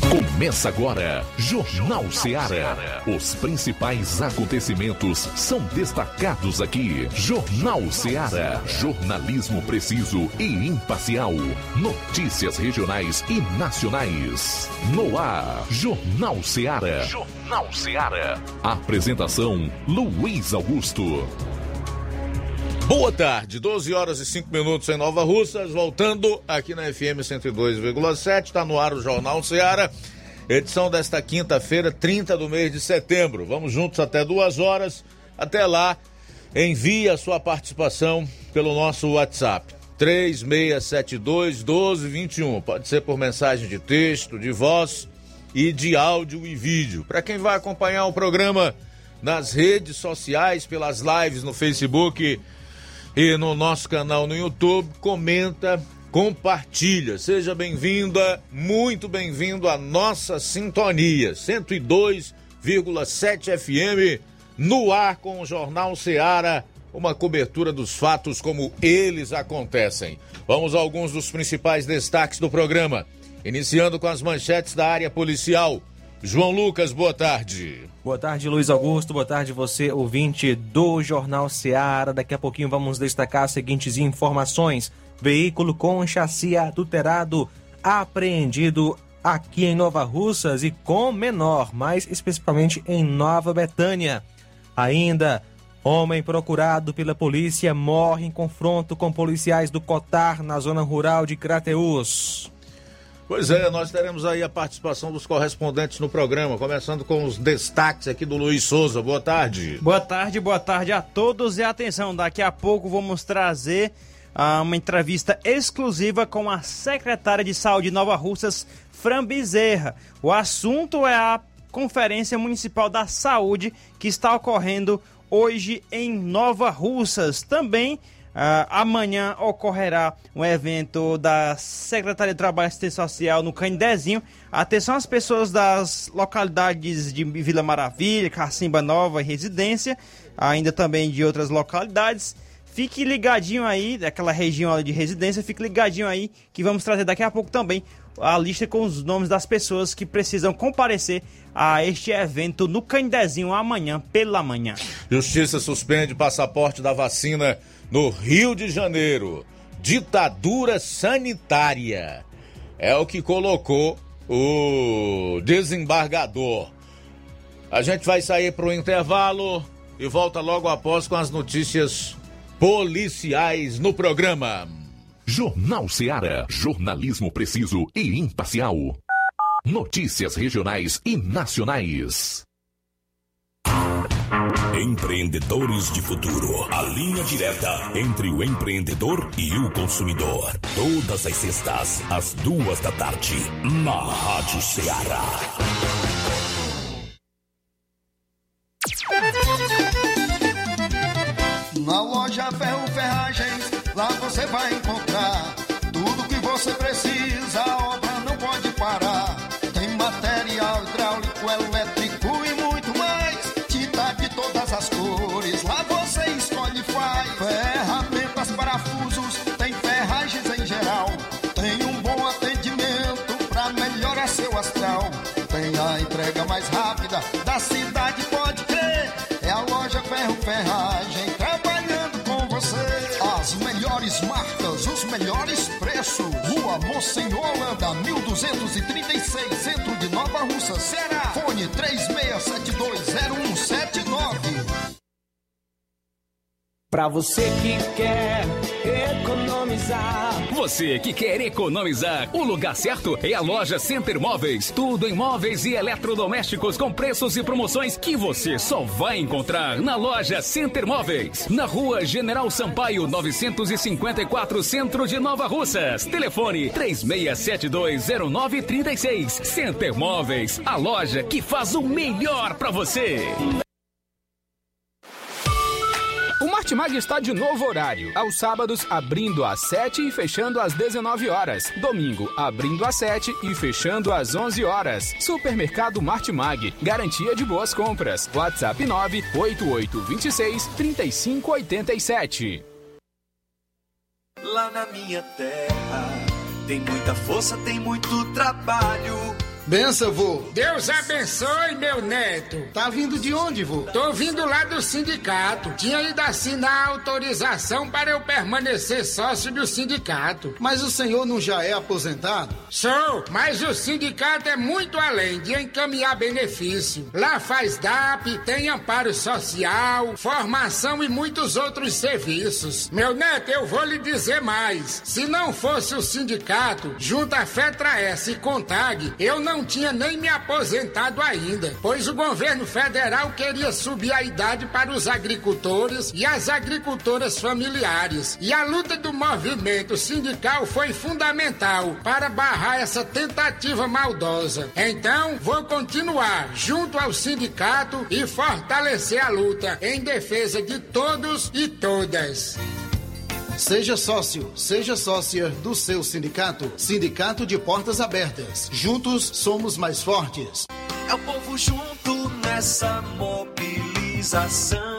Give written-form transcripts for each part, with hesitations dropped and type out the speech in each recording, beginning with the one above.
Começa agora, Jornal Ceará. Os principais acontecimentos são destacados aqui. Jornal Ceará. Jornalismo preciso e imparcial. Notícias regionais e nacionais. No ar, Jornal Ceará. Jornal Ceará. Apresentação, Luiz Augusto. Boa tarde, 12 horas e 5 minutos em Nova Russas, voltando aqui na FM 102,7, está no ar o Jornal Ceará, edição desta quinta-feira, 30 do mês de setembro. Vamos juntos até 2 horas, até lá, envie a sua participação pelo nosso WhatsApp, 3672-1221, pode ser por mensagem de texto, de voz e de áudio e vídeo. Para quem vai acompanhar o programa nas redes sociais, pelas lives no Facebook e no nosso canal no YouTube, comenta, compartilha. Seja bem-vinda, muito bem-vindo à nossa sintonia. 102,7 FM, no ar com o Jornal Ceará, uma cobertura dos fatos como eles acontecem. Vamos a alguns dos principais destaques do programa. Iniciando com as manchetes da área policial. João Lucas, boa tarde. Boa tarde, Luiz Augusto. Boa tarde, você, ouvinte do Jornal Ceará. Daqui a pouquinho vamos destacar as seguintes informações. Veículo com chassi adulterado apreendido aqui em Nova Russas e com menor, mais especificamente em Nova Betânia. Ainda, homem procurado pela polícia morre em confronto com policiais do Cotar na zona rural de Crateús. Pois é, nós teremos aí a participação dos correspondentes no programa, começando com os destaques aqui do Luiz Souza. Boa tarde. Boa tarde a todos e atenção, daqui a pouco vamos trazer uma entrevista exclusiva com a secretária de Saúde de Nova Russas, Fran Bezerra. O assunto é a Conferência Municipal da Saúde que está ocorrendo hoje em Nova Russas. Também amanhã ocorrerá um evento da Secretaria de Trabalho e Assistência Social no Canindezinho. Atenção às pessoas das localidades de Vila Maravilha, Cacimba Nova e Residência, ainda também de outras localidades. Fique ligadinho aí, daquela região de residência, fique ligadinho aí que vamos trazer daqui a pouco também a lista com os nomes das pessoas que precisam comparecer a este evento no Canindezinho amanhã pela manhã. Justiça suspende passaporte da vacina no Rio de Janeiro. Ditadura sanitária. É o que colocou o desembargador. A gente vai sair para o intervalo e volta logo após com as notícias policiais no programa. Jornal Ceará. Jornalismo preciso e imparcial. Notícias regionais e nacionais. Empreendedores de futuro. A linha direta entre o empreendedor e o consumidor. Todas as sextas, às 2 da tarde, na Rádio Ceará. Na loja Ferro Ferragens, lá você vai encontrar tudo que você precisa, a obra não pode parar. Tem material hidráulico, elétrico e muito mais. Tinta de todas as cores, lá você escolhe e faz. Ferramentas, parafusos, tem ferragens em geral. Tem um bom atendimento pra melhorar seu astral. Tem a entrega mais rápida da cidade, pode crer. É a loja Ferro Ferragem trabalhando com você. As melhores marcas, os melhores preços. Rua Monsenhor Holanda, 1236, centro de Nova Russa, Ceará. Fone 36720179. Pra você que quer economizar. Você que quer economizar, o lugar certo é a loja Center Móveis. Tudo em móveis e eletrodomésticos com preços e promoções que você só vai encontrar na loja Center Móveis. Na rua General Sampaio, 954, centro de Nova Russas. Telefone 36720936. Center Móveis, a loja que faz o melhor pra você. O Martimag está de novo horário. Aos sábados, abrindo às 7 e fechando às 19 horas. Domingo, abrindo às 7 e fechando às 11 horas. Supermercado Martimag. Garantia de boas compras. WhatsApp 98826-3587. Lá na minha terra, tem muita força, tem muito trabalho. Benção, vô. Deus abençoe, meu neto. Tá vindo de onde, vô? Tô vindo lá do sindicato. Tinha ido assinar a autorização para eu permanecer sócio do sindicato. Mas o senhor não já é aposentado? Sou, mas o sindicato é muito além de encaminhar benefício. Lá faz DAP, tem amparo social, formação e muitos outros serviços. Meu neto, eu vou lhe dizer mais. Se não fosse o sindicato, junto à FETRA-S e CONTAG, eu não tinha nem me aposentado ainda, pois o governo federal queria subir a idade para os agricultores e as agricultoras familiares. E a luta do movimento sindical foi fundamental para barrar essa tentativa maldosa. Então, vou continuar junto ao sindicato e fortalecer a luta em defesa de todos e todas. Seja sócio, seja sócia do seu sindicato. Sindicato de Portas Abertas. Juntos somos mais fortes. É o povo junto nessa mobilização.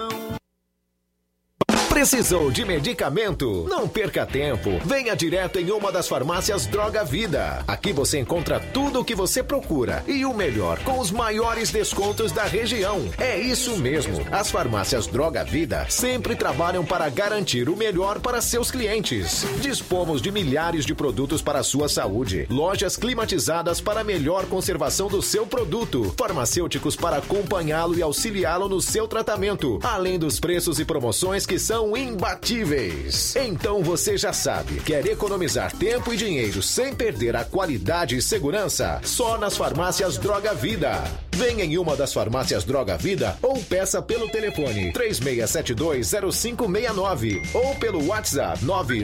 Precisou de medicamento? Não perca tempo. Venha direto em uma das farmácias Droga Vida. Aqui você encontra tudo o que você procura e o melhor, com os maiores descontos da região. É isso mesmo. As farmácias Droga Vida sempre trabalham para garantir o melhor para seus clientes. Dispomos de milhares de produtos para a sua saúde. Lojas climatizadas para melhor conservação do seu produto. Farmacêuticos para acompanhá-lo e auxiliá-lo no seu tratamento. Além dos preços e promoções que são imbatíveis. Então você já sabe, quer economizar tempo e dinheiro sem perder a qualidade e segurança? Só nas farmácias Droga Vida. Venha em uma das farmácias Droga Vida ou peça pelo telefone 36720569 ou pelo WhatsApp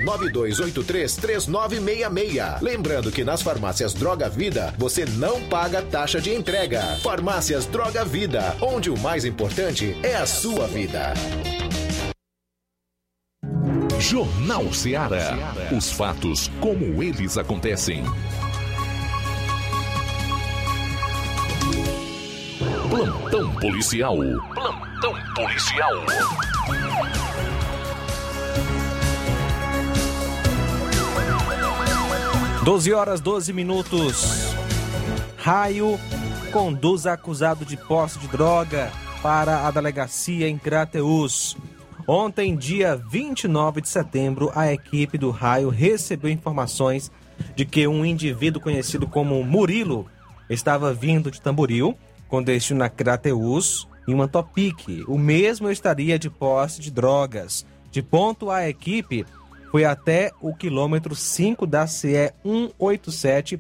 992833966. Lembrando que nas farmácias Droga Vida você não paga taxa de entrega. Farmácias Droga Vida, onde o mais importante é a sua vida. Jornal Ceará. Os fatos como eles acontecem. Plantão policial. Plantão policial. Doze horas, 12 minutos. Raio conduz acusado de posse de droga para a delegacia em Crateús. Ontem, dia 29 de setembro, a equipe do Raio recebeu informações de que um indivíduo conhecido como Murilo estava vindo de Tamboril, com destino a Crateús, em uma Topic. O mesmo estaria de posse de drogas. De ponto, a equipe foi até o quilômetro 5 da CE 187,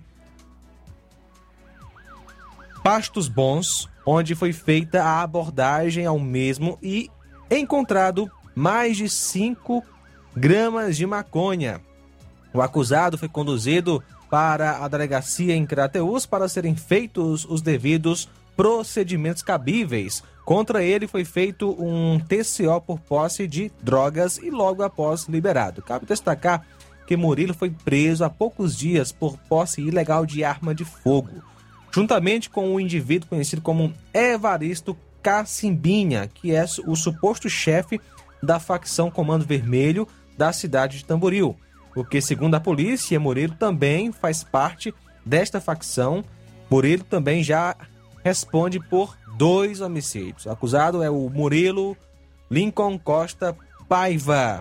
Pastos Bons, onde foi feita a abordagem ao mesmo e encontrado mais de 5 gramas de maconha. O acusado foi conduzido para a delegacia em Crateús para serem feitos os devidos procedimentos cabíveis. Contra ele foi feito um TCO por posse de drogas e logo após liberado. Cabe destacar que Murilo foi preso há poucos dias por posse ilegal de arma de fogo, juntamente com um indivíduo conhecido como Evaristo Cacimbinha, que é o suposto chefe da facção Comando Vermelho da cidade de Tamboril. Porque, segundo a polícia, Murilo também faz parte desta facção. Murilo também já responde por 2 homicídios. O acusado é o Murilo Lincoln Costa Paiva.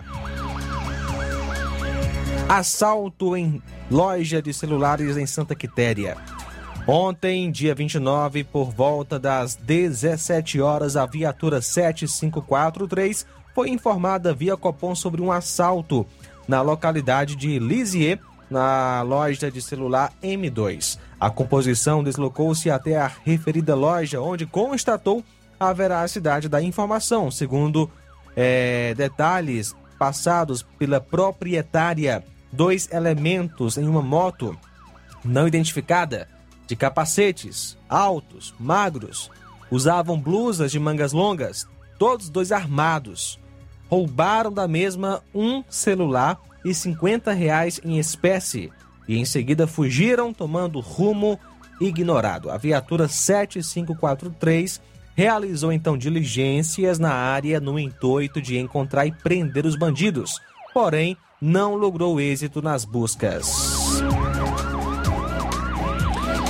Assalto em loja de celulares em Santa Quitéria. Ontem, dia 29, por volta das 17 horas, a viatura 7543 foi informada via Copom sobre um assalto na localidade de Lisieux, na loja de celular M2. A composição deslocou-se até a referida loja, onde constatou a veracidade da informação. Segundo detalhes passados pela proprietária, 2 elementos em uma moto não identificada, de capacetes, altos, magros, usavam blusas de mangas longas, todos 2 armados. Roubaram da mesma um celular e R$50 em espécie e em seguida fugiram tomando rumo ignorado. A viatura 7543 realizou então diligências na área no intuito de encontrar e prender os bandidos, porém não logrou êxito nas buscas.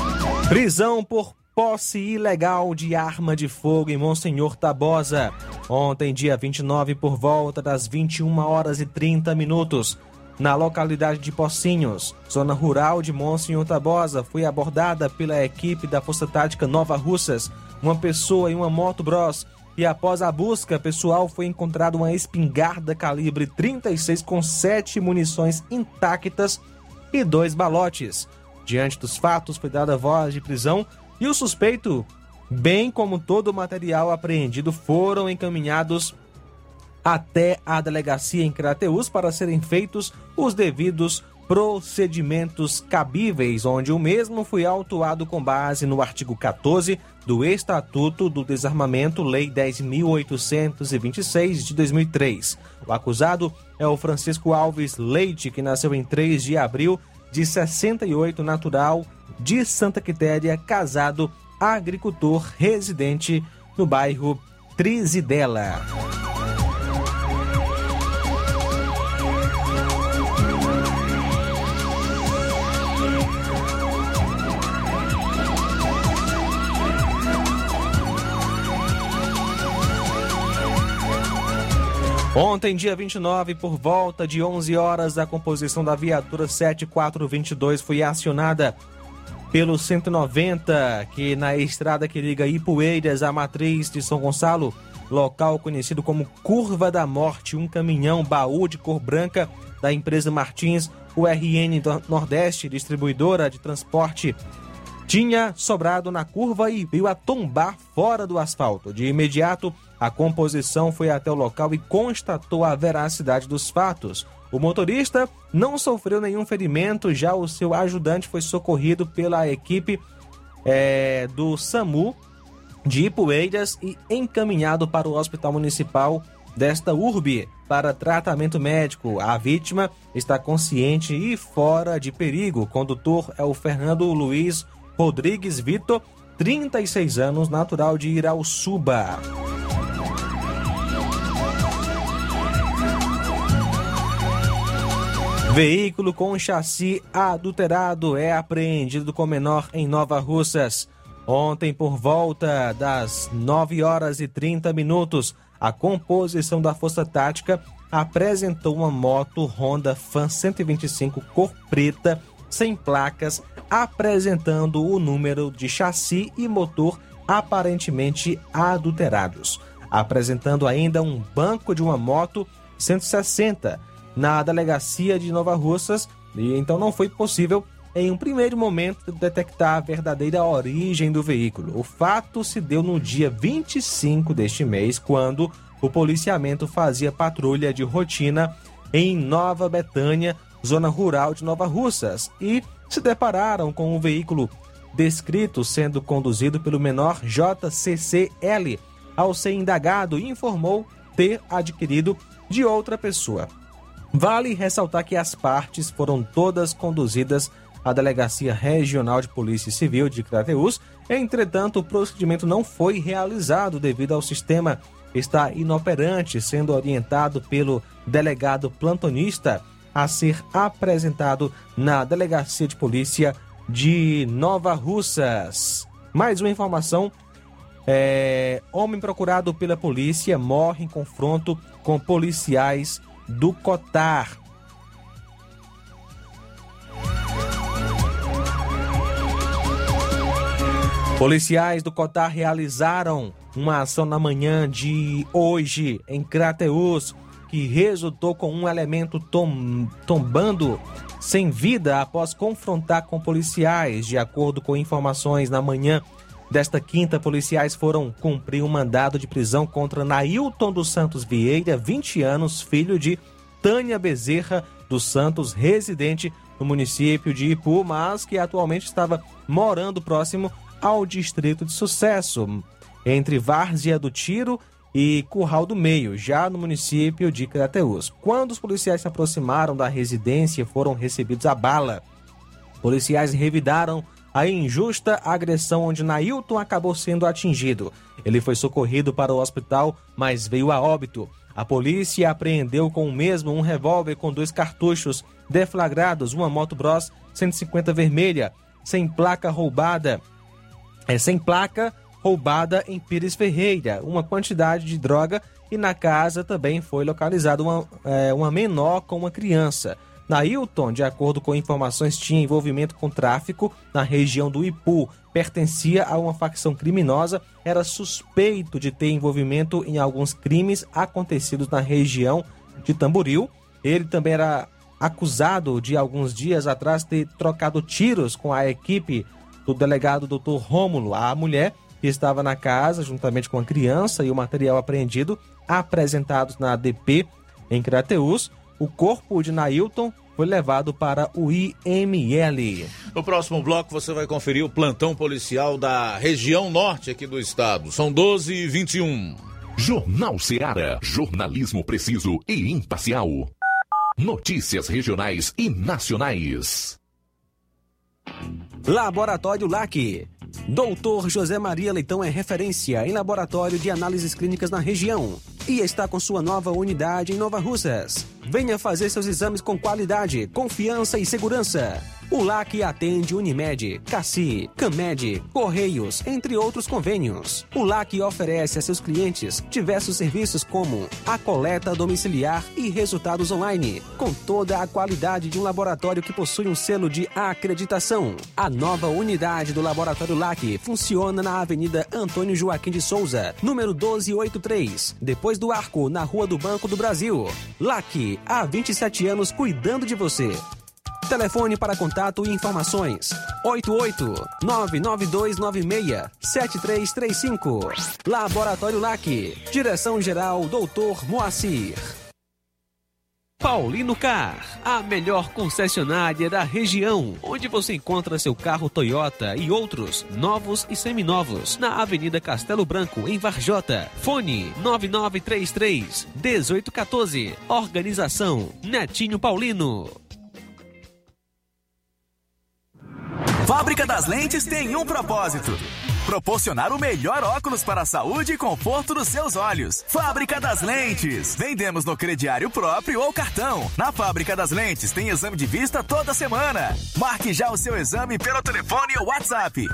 Prisão por posse ilegal de arma de fogo em Monsenhor Tabosa. Ontem, dia 29, por volta das 21h30, na localidade de Pocinhos, zona rural de Monsenhor Tabosa, foi abordada pela equipe da Força Tática Nova Russas uma pessoa em uma moto Bros. E após a busca pessoal foi encontrada uma espingarda calibre 36 com 7 munições intactas e 2 balotes. Diante dos fatos, foi dada voz de prisão e o suspeito, bem como todo o material apreendido, foram encaminhados até a delegacia em Crateús para serem feitos os devidos procedimentos cabíveis, onde o mesmo foi autuado com base no artigo 14 do Estatuto do Desarmamento, Lei 10.826 de 2003. O acusado é o Francisco Alves Leite, que nasceu em 3 de abril de 68, natural de Santa Quitéria, casado, agricultor, residente no bairro Trizidela. Ontem, dia 29, por volta de 11 horas, a composição da viatura 7422 foi acionada pelo 190, que na estrada que liga Ipueiras à Matriz de São Gonçalo, local conhecido como Curva da Morte, um caminhão baú de cor branca da empresa Martins URN Nordeste, distribuidora de transporte, tinha sobrado na curva e veio a tombar fora do asfalto. De imediato, a composição foi até o local e constatou a veracidade dos fatos. O motorista não sofreu nenhum ferimento, já o seu ajudante foi socorrido pela equipe do SAMU de Ipueiras e encaminhado para o Hospital Municipal desta urbe para tratamento médico. A vítima está consciente e fora de perigo. O condutor é o Fernando Luiz Rodrigues Vitor, 36 anos, natural de Irauçuba. Veículo com chassi adulterado é apreendido com menor em Nova Russas. Ontem, por volta das 9h30, a composição da Força Tática apresentou uma moto Honda Fan 125 cor preta, sem placas, apresentando o número de chassi e motor aparentemente adulterados, apresentando ainda um banco de uma moto 160 na delegacia de Nova Russas, e então não foi possível, em um primeiro momento, detectar a verdadeira origem do veículo. O fato se deu no dia 25 deste mês, quando o policiamento fazia patrulha de rotina em Nova Betânia, zona rural de Nova Russas, e se depararam com um veículo descrito sendo conduzido pelo menor JCCL. Ao ser indagado, informou ter adquirido de outra pessoa. Vale ressaltar que as partes foram todas conduzidas à Delegacia Regional de Polícia Civil de Crateús. Entretanto, o procedimento não foi realizado devido ao sistema estar inoperante, sendo orientado pelo delegado plantonista a ser apresentado na Delegacia de Polícia de Nova Russas. Mais uma informação: homem procurado pela polícia morre em confronto com policiais do Cotar. Policiais do Cotar realizaram uma ação na manhã de hoje em Crateús, que resultou com um elemento tombando sem vida após confrontar com policiais. De acordo com informações, na manhã desta quinta, policiais foram cumprir um mandado de prisão contra Nailton dos Santos Vieira, 20 anos, filho de Tânia Bezerra dos Santos, residente no município de Ipu, mas que atualmente estava morando próximo ao distrito de Sucesso, entre Várzea do Tiro e Curral do Meio, já no município de Crateús. Quando os policiais se aproximaram da residência, foram recebidos a bala. Policiais revidaram a injusta agressão, onde Nailton acabou sendo atingido. Ele foi socorrido para o hospital, mas veio a óbito. A polícia apreendeu com o mesmo um revólver com 2 cartuchos deflagrados, uma moto Bros 150 vermelha, sem placa roubada, sem placa, roubada em Pires Ferreira, uma quantidade de droga, e na casa também foi localizada uma menor com uma criança. Nailton, de acordo com informações, tinha envolvimento com tráfico na região do Ipu, pertencia a uma facção criminosa, era suspeito de ter envolvimento em alguns crimes acontecidos na região de Tamboril. Ele também era acusado de alguns dias atrás ter trocado tiros com a equipe do delegado Dr. Rômulo. A mulher que estava na casa juntamente com a criança e o material apreendido apresentados na ADP em Crateús. O corpo de Nailton foi levado para o IML. No próximo bloco você vai conferir o plantão policial da região norte aqui do estado. São 12h21. Jornal Ceará. Jornalismo preciso e imparcial. Notícias regionais e nacionais. Laboratório LAC. Doutor José Maria Leitão é referência em laboratório de análises clínicas na região e está com sua nova unidade em Nova Russas. Venha fazer seus exames com qualidade, confiança e segurança. O LAC atende Unimed, Cassi, Camed, Correios, entre outros convênios. O LAC oferece a seus clientes diversos serviços como a coleta domiciliar e resultados online, com toda a qualidade de um laboratório que possui um selo de acreditação. A nova unidade do Laboratório LAC funciona na Avenida Antônio Joaquim de Souza, número 1283, depois do Arco, na Rua do Banco do Brasil. LAC, há 27 anos cuidando de você. Telefone para contato e informações: 88-99296-7335. Laboratório LAC. Direção-Geral Dr. Moacir. Paulino Car, a melhor concessionária da região, onde você encontra seu carro Toyota e outros, novos e seminovos, na Avenida Castelo Branco, em Varjota. Fone 9933-1814. Organização Netinho Paulino. Fábrica das Lentes tem um propósito: proporcionar o melhor óculos para a saúde e conforto dos seus olhos. Fábrica das Lentes. Vendemos no crediário próprio ou cartão. Na Fábrica das Lentes tem exame de vista toda semana. Marque já o seu exame pelo telefone ou WhatsApp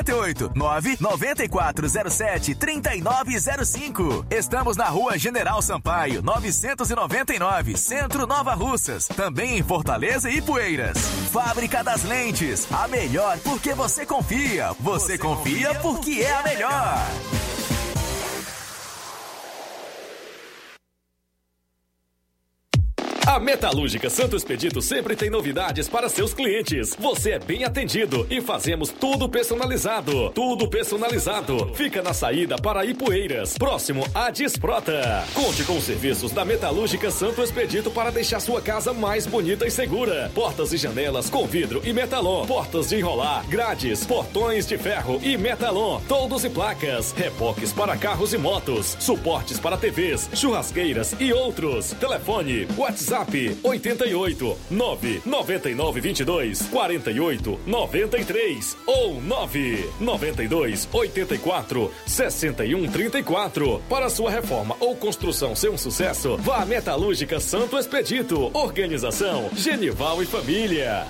88-99407-3905. Estamos na Rua General Sampaio, 999, Centro Nova Russas. Também em Fortaleza e Ipueiras. Fábrica das Lentes. A melhor porque você confia. Você confia porque é a melhor. A Metalúrgica Santo Expedito sempre tem novidades para seus clientes. Você é bem atendido e fazemos tudo personalizado. Tudo personalizado. Fica na saída para Ipueiras, próximo à Desprota. Conte com os serviços da Metalúrgica Santo Expedito para deixar sua casa mais bonita e segura. Portas e janelas com vidro e metalon. Portas de enrolar, grades, portões de ferro e metalon. Toldos e placas. Reboques para carros e motos. Suportes para TVs, churrasqueiras e outros. Telefone, WhatsApp 88 999 22 48 93 ou 992 84 61 34. Para sua reforma ou construção ser um sucesso, vá à Metalúrgica Santo Expedito. Organização Genival e Família.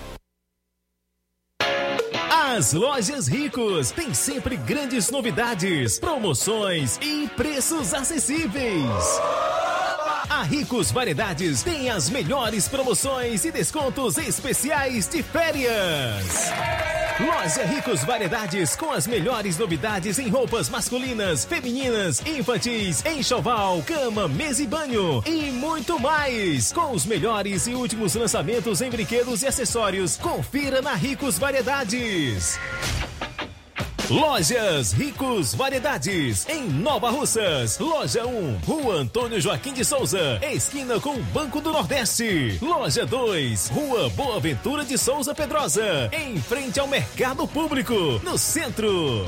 As Lojas Ricos têm sempre grandes novidades, promoções e preços acessíveis. A Ricos Variedades tem as melhores promoções e descontos especiais de férias. Loja Ricos Variedades com as melhores novidades em roupas masculinas, femininas, infantis, enxoval, cama, mesa e banho e muito mais. Com os melhores e últimos lançamentos em brinquedos e acessórios, confira na Ricos Variedades. Lojas Ricos Variedades, em Nova Russas. Loja 1, Rua Antônio Joaquim de Souza, esquina com o Banco do Nordeste. Loja 2, Rua Boa Ventura de Souza Pedrosa, em frente ao Mercado Público, no centro.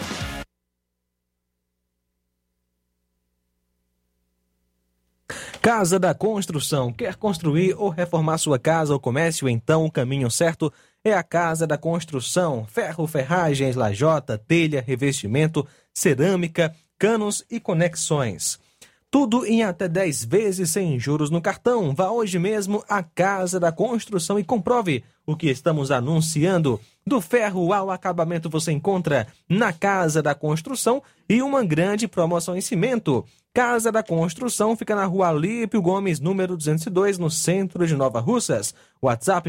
Casa da Construção. Quer construir ou reformar sua casa ou comércio? Então o caminho certo é a Casa da Construção. Ferro, ferragens, lajota, telha, revestimento, cerâmica, canos e conexões. Tudo em até 10 vezes sem juros no cartão. Vá hoje mesmo à Casa da Construção e comprove o que estamos anunciando. Do ferro ao acabamento você encontra na Casa da Construção e uma grande promoção em cimento. Casa da Construção fica na Rua Alípio Gomes, número 202, no centro de Nova Russas. WhatsApp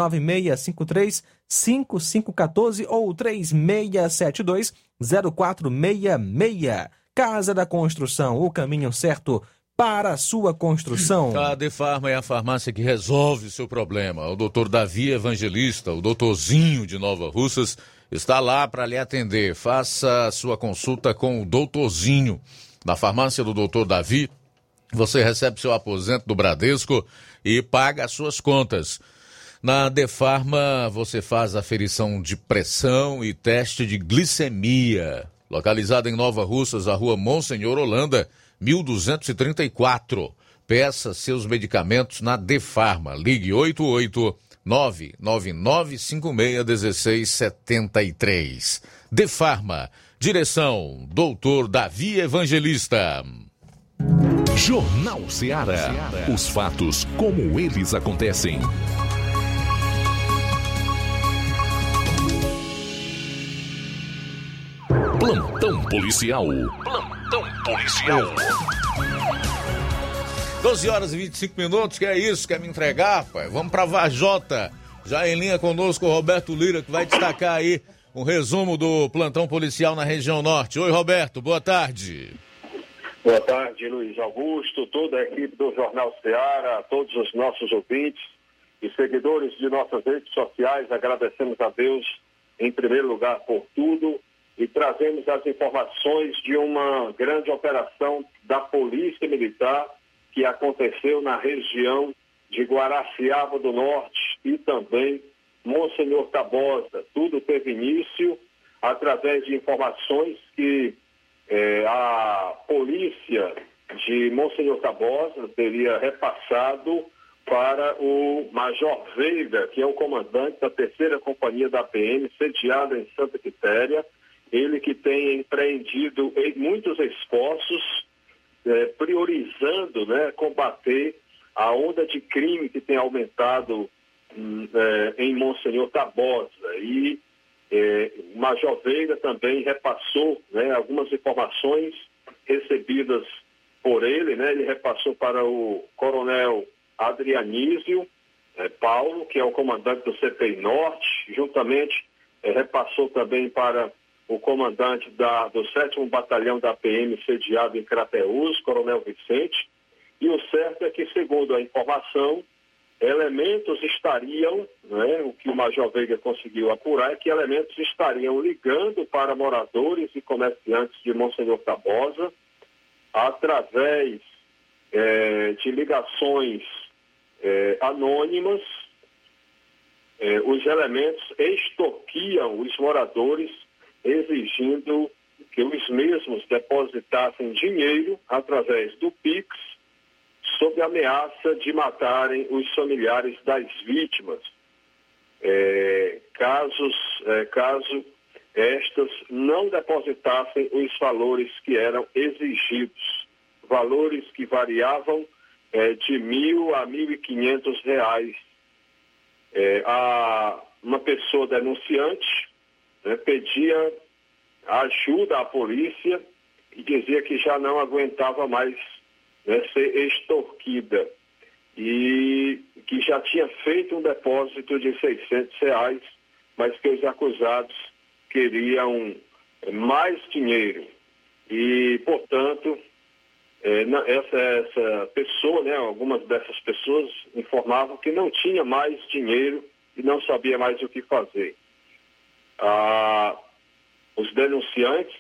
996535514 ou 36720466. Casa da Construção, o caminho certo para a sua construção. A Defarma é a farmácia que resolve o seu problema. O doutor Davi Evangelista, o doutorzinho de Nova Russas, está lá para lhe atender. Faça a sua consulta com o doutorzinho. Na farmácia do doutor Davi, você recebe seu aposento do Bradesco e paga as suas contas. Na Defarma, você faz aferição de pressão e teste de glicemia. Localizada em Nova Russas, a Rua Monsenhor Holanda, 1234. Peça seus medicamentos na Defarma. Ligue 889-9956-1673. Defarma. Direção, Doutor Davi Evangelista. Jornal Ceará. Os fatos como eles acontecem. Plantão policial. Plantão policial. 12 horas e 25 minutos, que é isso? Quer me entregar, pai? Vamos pra Vajota. Já em linha conosco o Roberto Lira, que vai destacar aí um resumo do plantão policial na região norte. Oi, Roberto, boa tarde. Boa tarde, Luiz Augusto, toda a equipe do Jornal Ceará, todos os nossos ouvintes e seguidores de nossas redes sociais. Agradecemos a Deus, em primeiro lugar, por tudo e trazemos as informações de uma grande operação da Polícia Militar que aconteceu na região de Guaraciaba do Norte e também Monsenhor Tabosa. Tudo teve início através de informações que a polícia de Monsenhor Tabosa teria repassado para o Major Veiga, que é o comandante da 3ª Companhia da PM, sediada em Santa Quitéria. Ele que tem empreendido muitos esforços, priorizando, combater a onda de crime que tem aumentado em Monsenhor Tabosa. E o Major Veiga também repassou algumas informações recebidas por ele. Ele repassou para o Coronel Adrianísio Paulo, que é o comandante do CPI Norte, juntamente repassou também para o comandante do 7º Batalhão da PM, sediado em Crateús, Coronel Vicente. E o certo é que, segundo a informação, elementos estariam, o que o Major Veiga conseguiu apurar, é que elementos estariam ligando para moradores e comerciantes de Monsenhor Tabosa, através de ligações anônimas. Os elementos extorquiam os moradores, exigindo que os mesmos depositassem dinheiro através do Pix, sob ameaça de matarem os familiares das vítimas, caso estas não depositassem os valores que eram exigidos, valores que variavam de R$1.000 a R$1.500. Uma pessoa denunciante pedia ajuda à polícia e dizia que já não aguentava mais ser extorquida e que já tinha feito um depósito de R$600, mas que os acusados queriam mais dinheiro e, portanto, essa pessoa, algumas dessas pessoas informavam que não tinha mais dinheiro e não sabia mais o que fazer. Os denunciantes,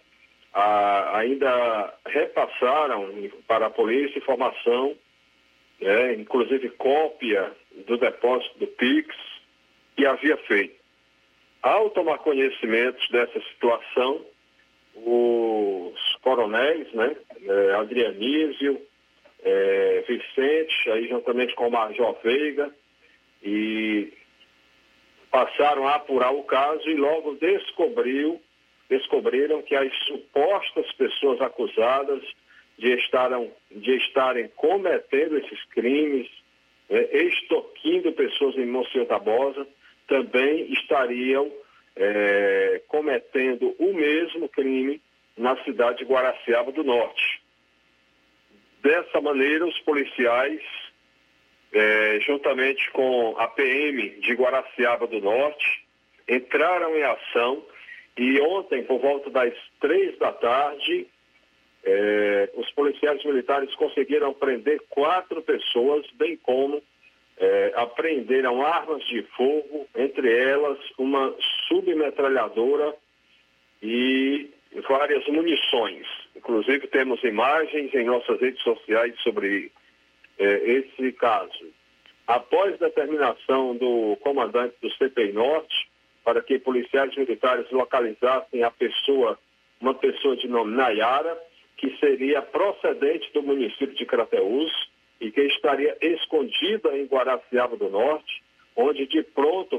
ainda repassaram para a polícia informação, inclusive cópia do depósito do Pix que havia feito. Ao tomar conhecimento dessa situação, os coronéis, Adrianísio, Vicente, aí juntamente com o Major Veiga, e passaram a apurar o caso e logo descobriram que as supostas pessoas acusadas de estarem cometendo esses crimes, extorquindo pessoas em Monsenhor Tabosa, também estariam cometendo o mesmo crime na cidade de Guaraciaba do Norte. Dessa maneira, os policiais, juntamente com a PM de Guaraciaba do Norte, entraram em ação e ontem, por volta das 3 da tarde, os policiais militares conseguiram prender 4 pessoas, bem como apreenderam armas de fogo, entre elas uma submetralhadora e várias munições. Inclusive temos imagens em nossas redes sociais sobre esse caso. Após determinação do comandante do CPI Norte, para que policiais militares localizassem uma pessoa de nome Nayara, que seria procedente do município de Crateús e que estaria escondida em Guaraciaba do Norte, onde de pronto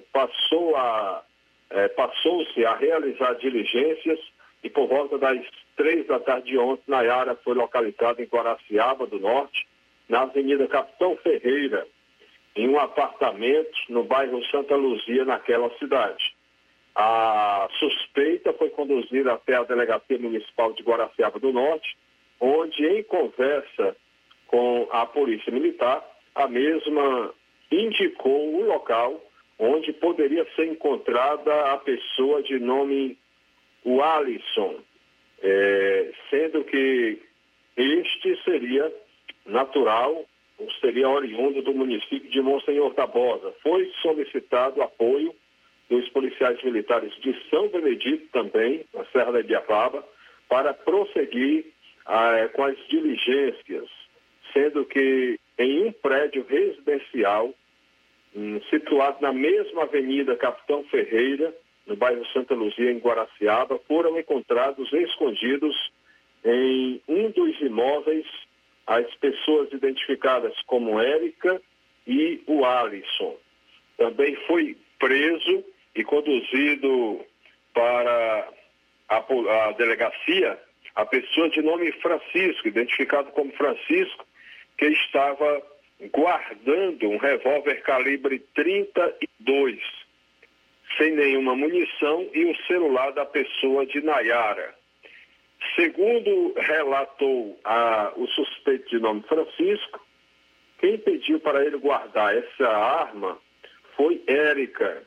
passou-se a realizar diligências e por volta das 3 da tarde de ontem, Nayara foi localizada em Guaraciaba do Norte, na Avenida Capitão Ferreira, em um apartamento no bairro Santa Luzia, naquela cidade. A suspeita foi conduzida até a Delegacia Municipal de Guaraciaba do Norte, onde, em conversa com a Polícia Militar, a mesma indicou o local onde poderia ser encontrada a pessoa de nome Alisson, sendo que este seria natural, seria oriundo do município de Monsenhor Tabosa. Foi solicitado apoio dos policiais militares de São Benedito também, na Serra da Ibiapaba, para prosseguir com as diligências, sendo que em um prédio residencial, situado na mesma Avenida Capitão Ferreira, no bairro Santa Luzia, em Guaraciaba, foram encontrados escondidos em um dos imóveis as pessoas identificadas como Érica e o Alisson. Também foi preso e conduzido para a delegacia a pessoa de nome Francisco, identificado como Francisco, que estava guardando um revólver calibre 32, sem nenhuma munição, e o celular da pessoa de Nayara. Segundo relatou o suspeito de nome Francisco, quem pediu para ele guardar essa arma foi Érica.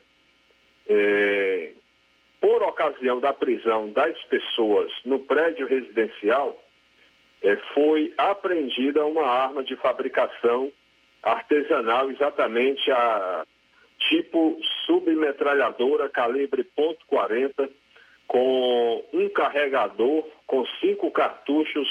Por ocasião da prisão das pessoas no prédio residencial, foi apreendida uma arma de fabricação artesanal, exatamente a tipo submetralhadora calibre .40, com um carregador com 5 cartuchos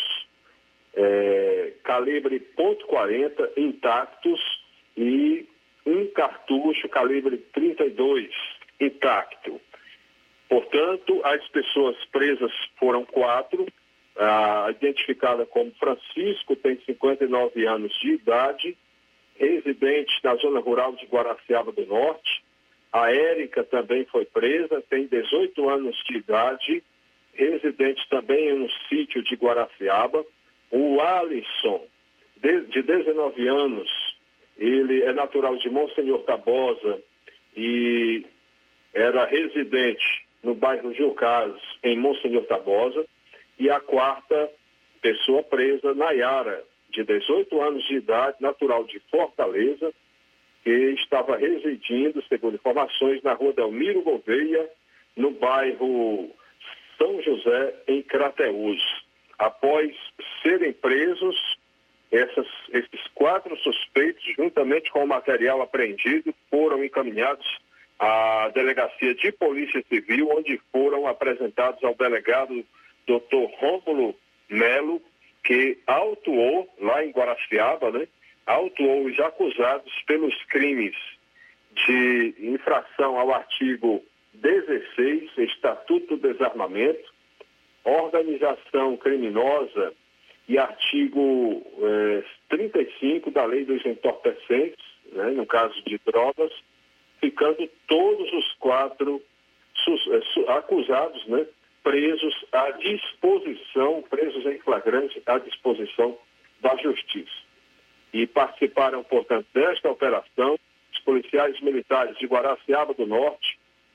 calibre .40 intactos e um cartucho calibre 32 intacto. Portanto, as pessoas presas foram 4, identificada como Francisco, tem 59 anos de idade, residente na zona rural de Guaraciaba do Norte. A Érica também foi presa, tem 18 anos de idade, residente também em um sítio de Guaraciaba. O Alisson, de 19 anos, ele é natural de Monsenhor Tabosa e era residente no bairro Gilcás, em Monsenhor Tabosa. E a 4ª pessoa presa, Nayara, de 18 anos de idade, natural de Fortaleza, que estava residindo, segundo informações, na rua Delmiro Gouveia, no bairro São José, em Crateús. Após serem presos, esses 4 suspeitos, juntamente com o material apreendido, foram encaminhados à Delegacia de Polícia Civil, onde foram apresentados ao delegado Dr. Rômulo Melo, que autuou, lá em Guaraciaba, autuou os acusados pelos crimes de infração ao artigo 16, Estatuto do Desarmamento, organização criminosa e artigo 35 da Lei dos Entorpecentes, no caso de drogas, ficando todos os 4 acusados, presos à disposição, presos em flagrante à disposição da Justiça. E participaram, portanto, desta operação policiais militares de Guaraciaba do Norte,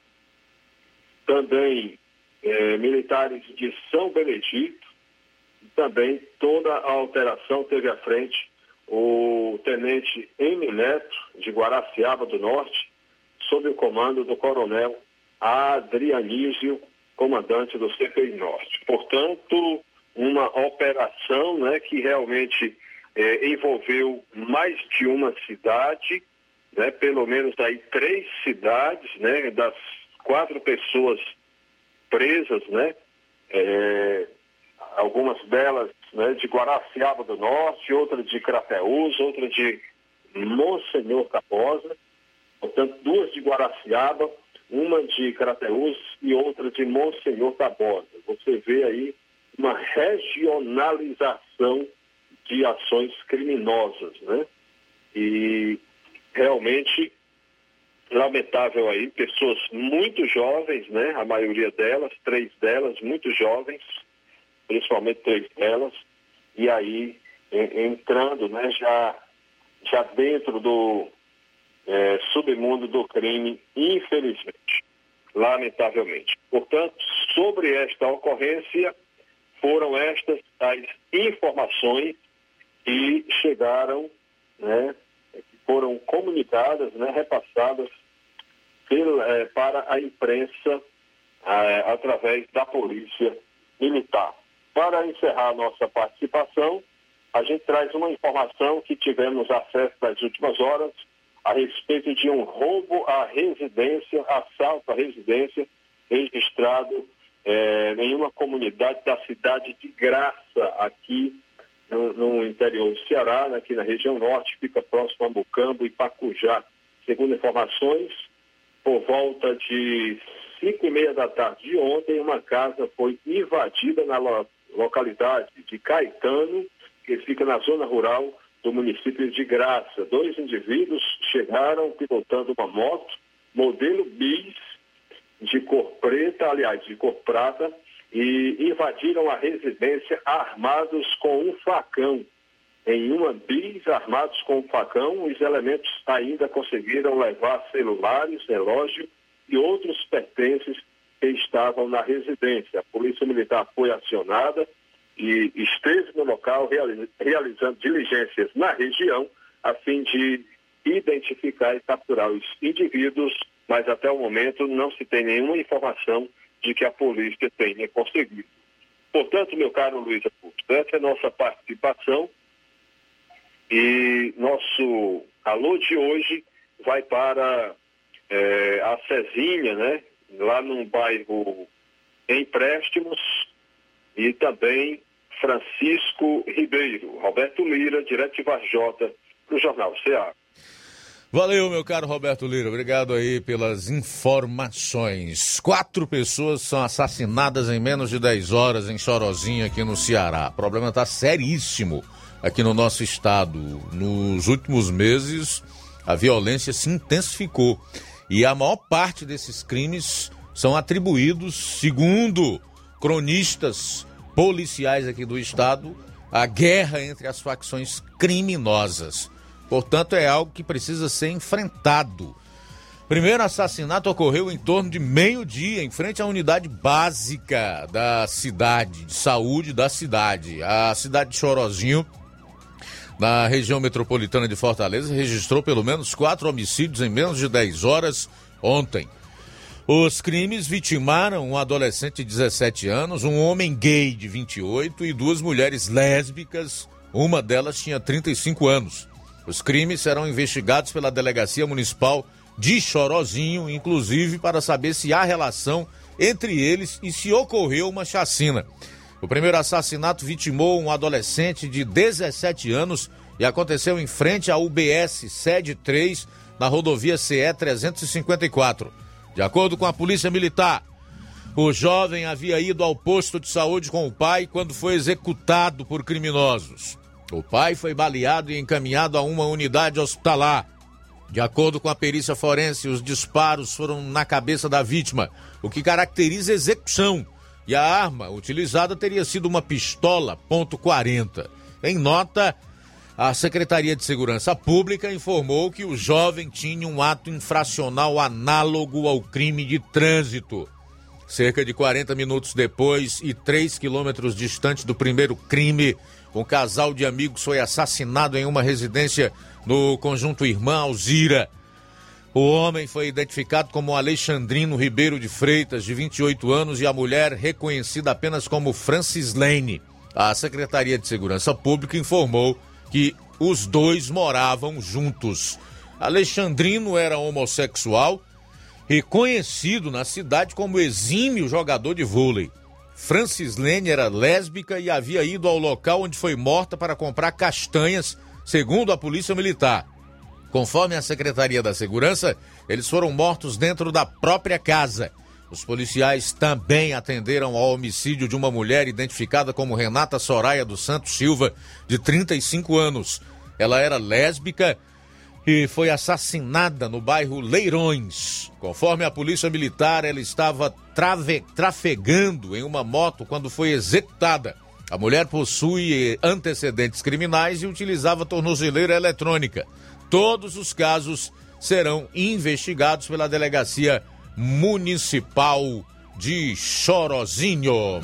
também militares de São Benedito, também toda a operação teve à frente o tenente M. Neto, de Guaraciaba do Norte, sob o comando do coronel Adrianísio, comandante do CPI Norte. Portanto, uma operação, né, que realmente envolveu mais de uma cidade, né, pelo menos aí 3 cidades, né, das 4 pessoas presas, né, algumas delas, né, de Guaraciaba do Norte, outra de Crateús, outra de Monsenhor Tabosa, portanto 2 de Guaraciaba, uma de Crateús e outra de Monsenhor Tabosa. Você vê aí uma regionalização de ações criminosas, né? E realmente lamentável aí, pessoas muito jovens, né? A maioria delas, 3 delas, muito jovens, principalmente 3 delas, e aí entrando, né, já dentro do submundo do crime, infelizmente, lamentavelmente. Portanto, sobre esta ocorrência, foram estas as informações que chegaram, né, que foram comunicadas, né, repassadas para a imprensa através da Polícia Militar. Para encerrar nossa participação, a gente traz uma informação que tivemos acesso nas últimas horas a respeito de um roubo à residência, assalto à residência, registrado em uma comunidade da cidade de Graça, aqui no interior do Ceará, aqui na região norte, fica próximo a Mucambo e Pacujá. Segundo informações, por volta de 5h30 da tarde de ontem, uma casa foi invadida na localidade de Caetano, que fica na zona rural do município de Graça. 2 indivíduos chegaram pilotando uma moto, modelo bis, de cor preta, aliás, de cor prata, e invadiram a residência armados com um facão. Em uma bis, armados com um facão, os elementos ainda conseguiram levar celulares, relógio e outros pertences que estavam na residência. A Polícia Militar foi acionada e esteve no local realizando diligências na região a fim de identificar e capturar os indivíduos, mas até o momento não se tem nenhuma informação de que a polícia tenha conseguido. Portanto, meu caro Luiz Augusto, essa é a nossa participação e nosso alô de hoje vai para a Cezinha, né, lá no bairro Empréstimos, e também Francisco Ribeiro. Roberto Lira, direto de Varjota, para o Jornal Ceará. Valeu, meu caro Roberto Lira, obrigado aí pelas informações. 4 pessoas são assassinadas em menos de 10 horas em Chorozinho, aqui no Ceará. O problema está seríssimo aqui no nosso estado. Nos últimos meses, a violência se intensificou e a maior parte desses crimes são atribuídos, segundo cronistas policiais aqui do estado, à guerra entre as facções criminosas. Portanto, é algo que precisa ser enfrentado. Primeiro assassinato ocorreu em torno de meio-dia, em frente à unidade básica da cidade, de saúde da cidade. A cidade de Chorozinho, na região metropolitana de Fortaleza, registrou pelo menos 4 homicídios em menos de 10 horas ontem. Os crimes vitimaram um adolescente de 17 anos, um homem gay de 28 e 2 mulheres lésbicas, uma delas tinha 35 anos. Os crimes serão investigados pela Delegacia Municipal de Chorozinho, inclusive para saber se há relação entre eles e se ocorreu uma chacina. O primeiro assassinato vitimou um adolescente de 17 anos e aconteceu em frente à UBS Sede 3, na rodovia CE 354. De acordo com a Polícia Militar, o jovem havia ido ao posto de saúde com o pai quando foi executado por criminosos. O pai foi baleado e encaminhado a uma unidade hospitalar. De acordo com a perícia forense, os disparos foram na cabeça da vítima, o que caracteriza a execução. E a arma utilizada teria sido uma pistola .40. Em nota, A Secretaria de Segurança Pública informou que o jovem tinha um ato infracional análogo ao crime de trânsito. Cerca de 40 minutos depois e 3 quilômetros distante do primeiro crime, um casal de amigos foi assassinado em uma residência no conjunto Irmã Alzira. O homem foi identificado como Alexandrino Ribeiro de Freitas, de 28 anos, e a mulher reconhecida apenas como Francislene. A Secretaria de Segurança Pública informou que os dois moravam juntos. Alexandrino era homossexual e conhecido na cidade como exímio jogador de vôlei. Francislene era lésbica e havia ido ao local onde foi morta para comprar castanhas, segundo a Polícia Militar. Conforme a Secretaria da Segurança, eles foram mortos dentro da própria casa. Os policiais também atenderam ao homicídio de uma mulher identificada como Renata Soraya dos Santos Silva, de 35 anos. Ela era lésbica e foi assassinada no bairro Leirões. Conforme a Polícia Militar, ela estava trafegando em uma moto quando foi executada. A mulher possui antecedentes criminais e utilizava tornozeleira eletrônica. Todos os casos serão investigados pela Delegacia Municipal de Chorozinho.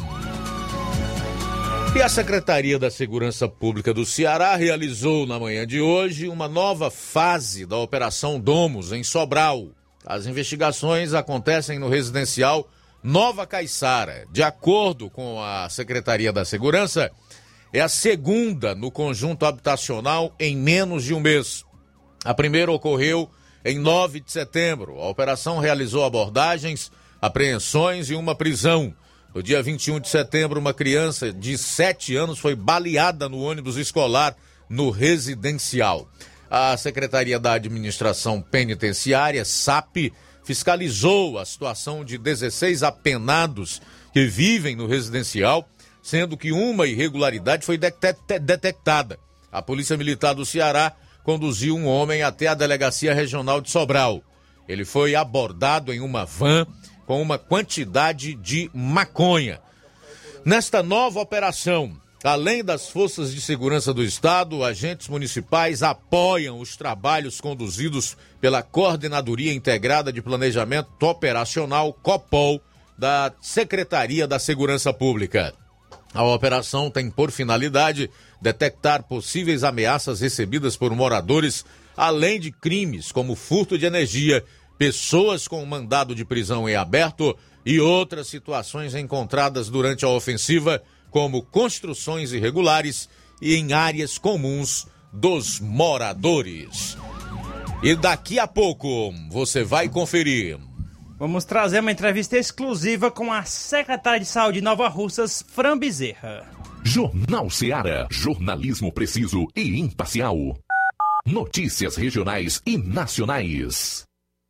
E a Secretaria da Segurança Pública do Ceará realizou na manhã de hoje uma nova fase da Operação Domus em Sobral. As investigações acontecem no residencial Nova Caiçara. De acordo com a Secretaria da Segurança, é a segunda no conjunto habitacional em menos de um mês. A primeira ocorreu em 9 de setembro. A operação realizou abordagens, apreensões e uma prisão. No dia 21 de setembro, uma criança de 7 anos foi baleada no ônibus escolar no residencial. A Secretaria da Administração Penitenciária, SAP, fiscalizou a situação de 16 apenados que vivem no residencial, sendo que uma irregularidade foi detectada. A Polícia Militar do Ceará conduziu um homem até a Delegacia Regional de Sobral. Ele foi abordado em uma van com uma quantidade de maconha. Nesta nova operação, além das forças de segurança do Estado, agentes municipais apoiam os trabalhos conduzidos pela Coordenadoria Integrada de Planejamento Operacional, COPOL, da Secretaria da Segurança Pública. A operação tem por finalidade detectar possíveis ameaças recebidas por moradores, além de crimes como furto de energia, pessoas com mandado de prisão em aberto e outras situações encontradas durante a ofensiva, como construções irregulares e em áreas comuns dos moradores. E daqui a pouco você vai conferir. Vamos trazer uma entrevista exclusiva com a secretária de Saúde de Nova Russas, Fran Bezerra. Jornal Ceará, jornalismo preciso e imparcial. Notícias regionais e nacionais.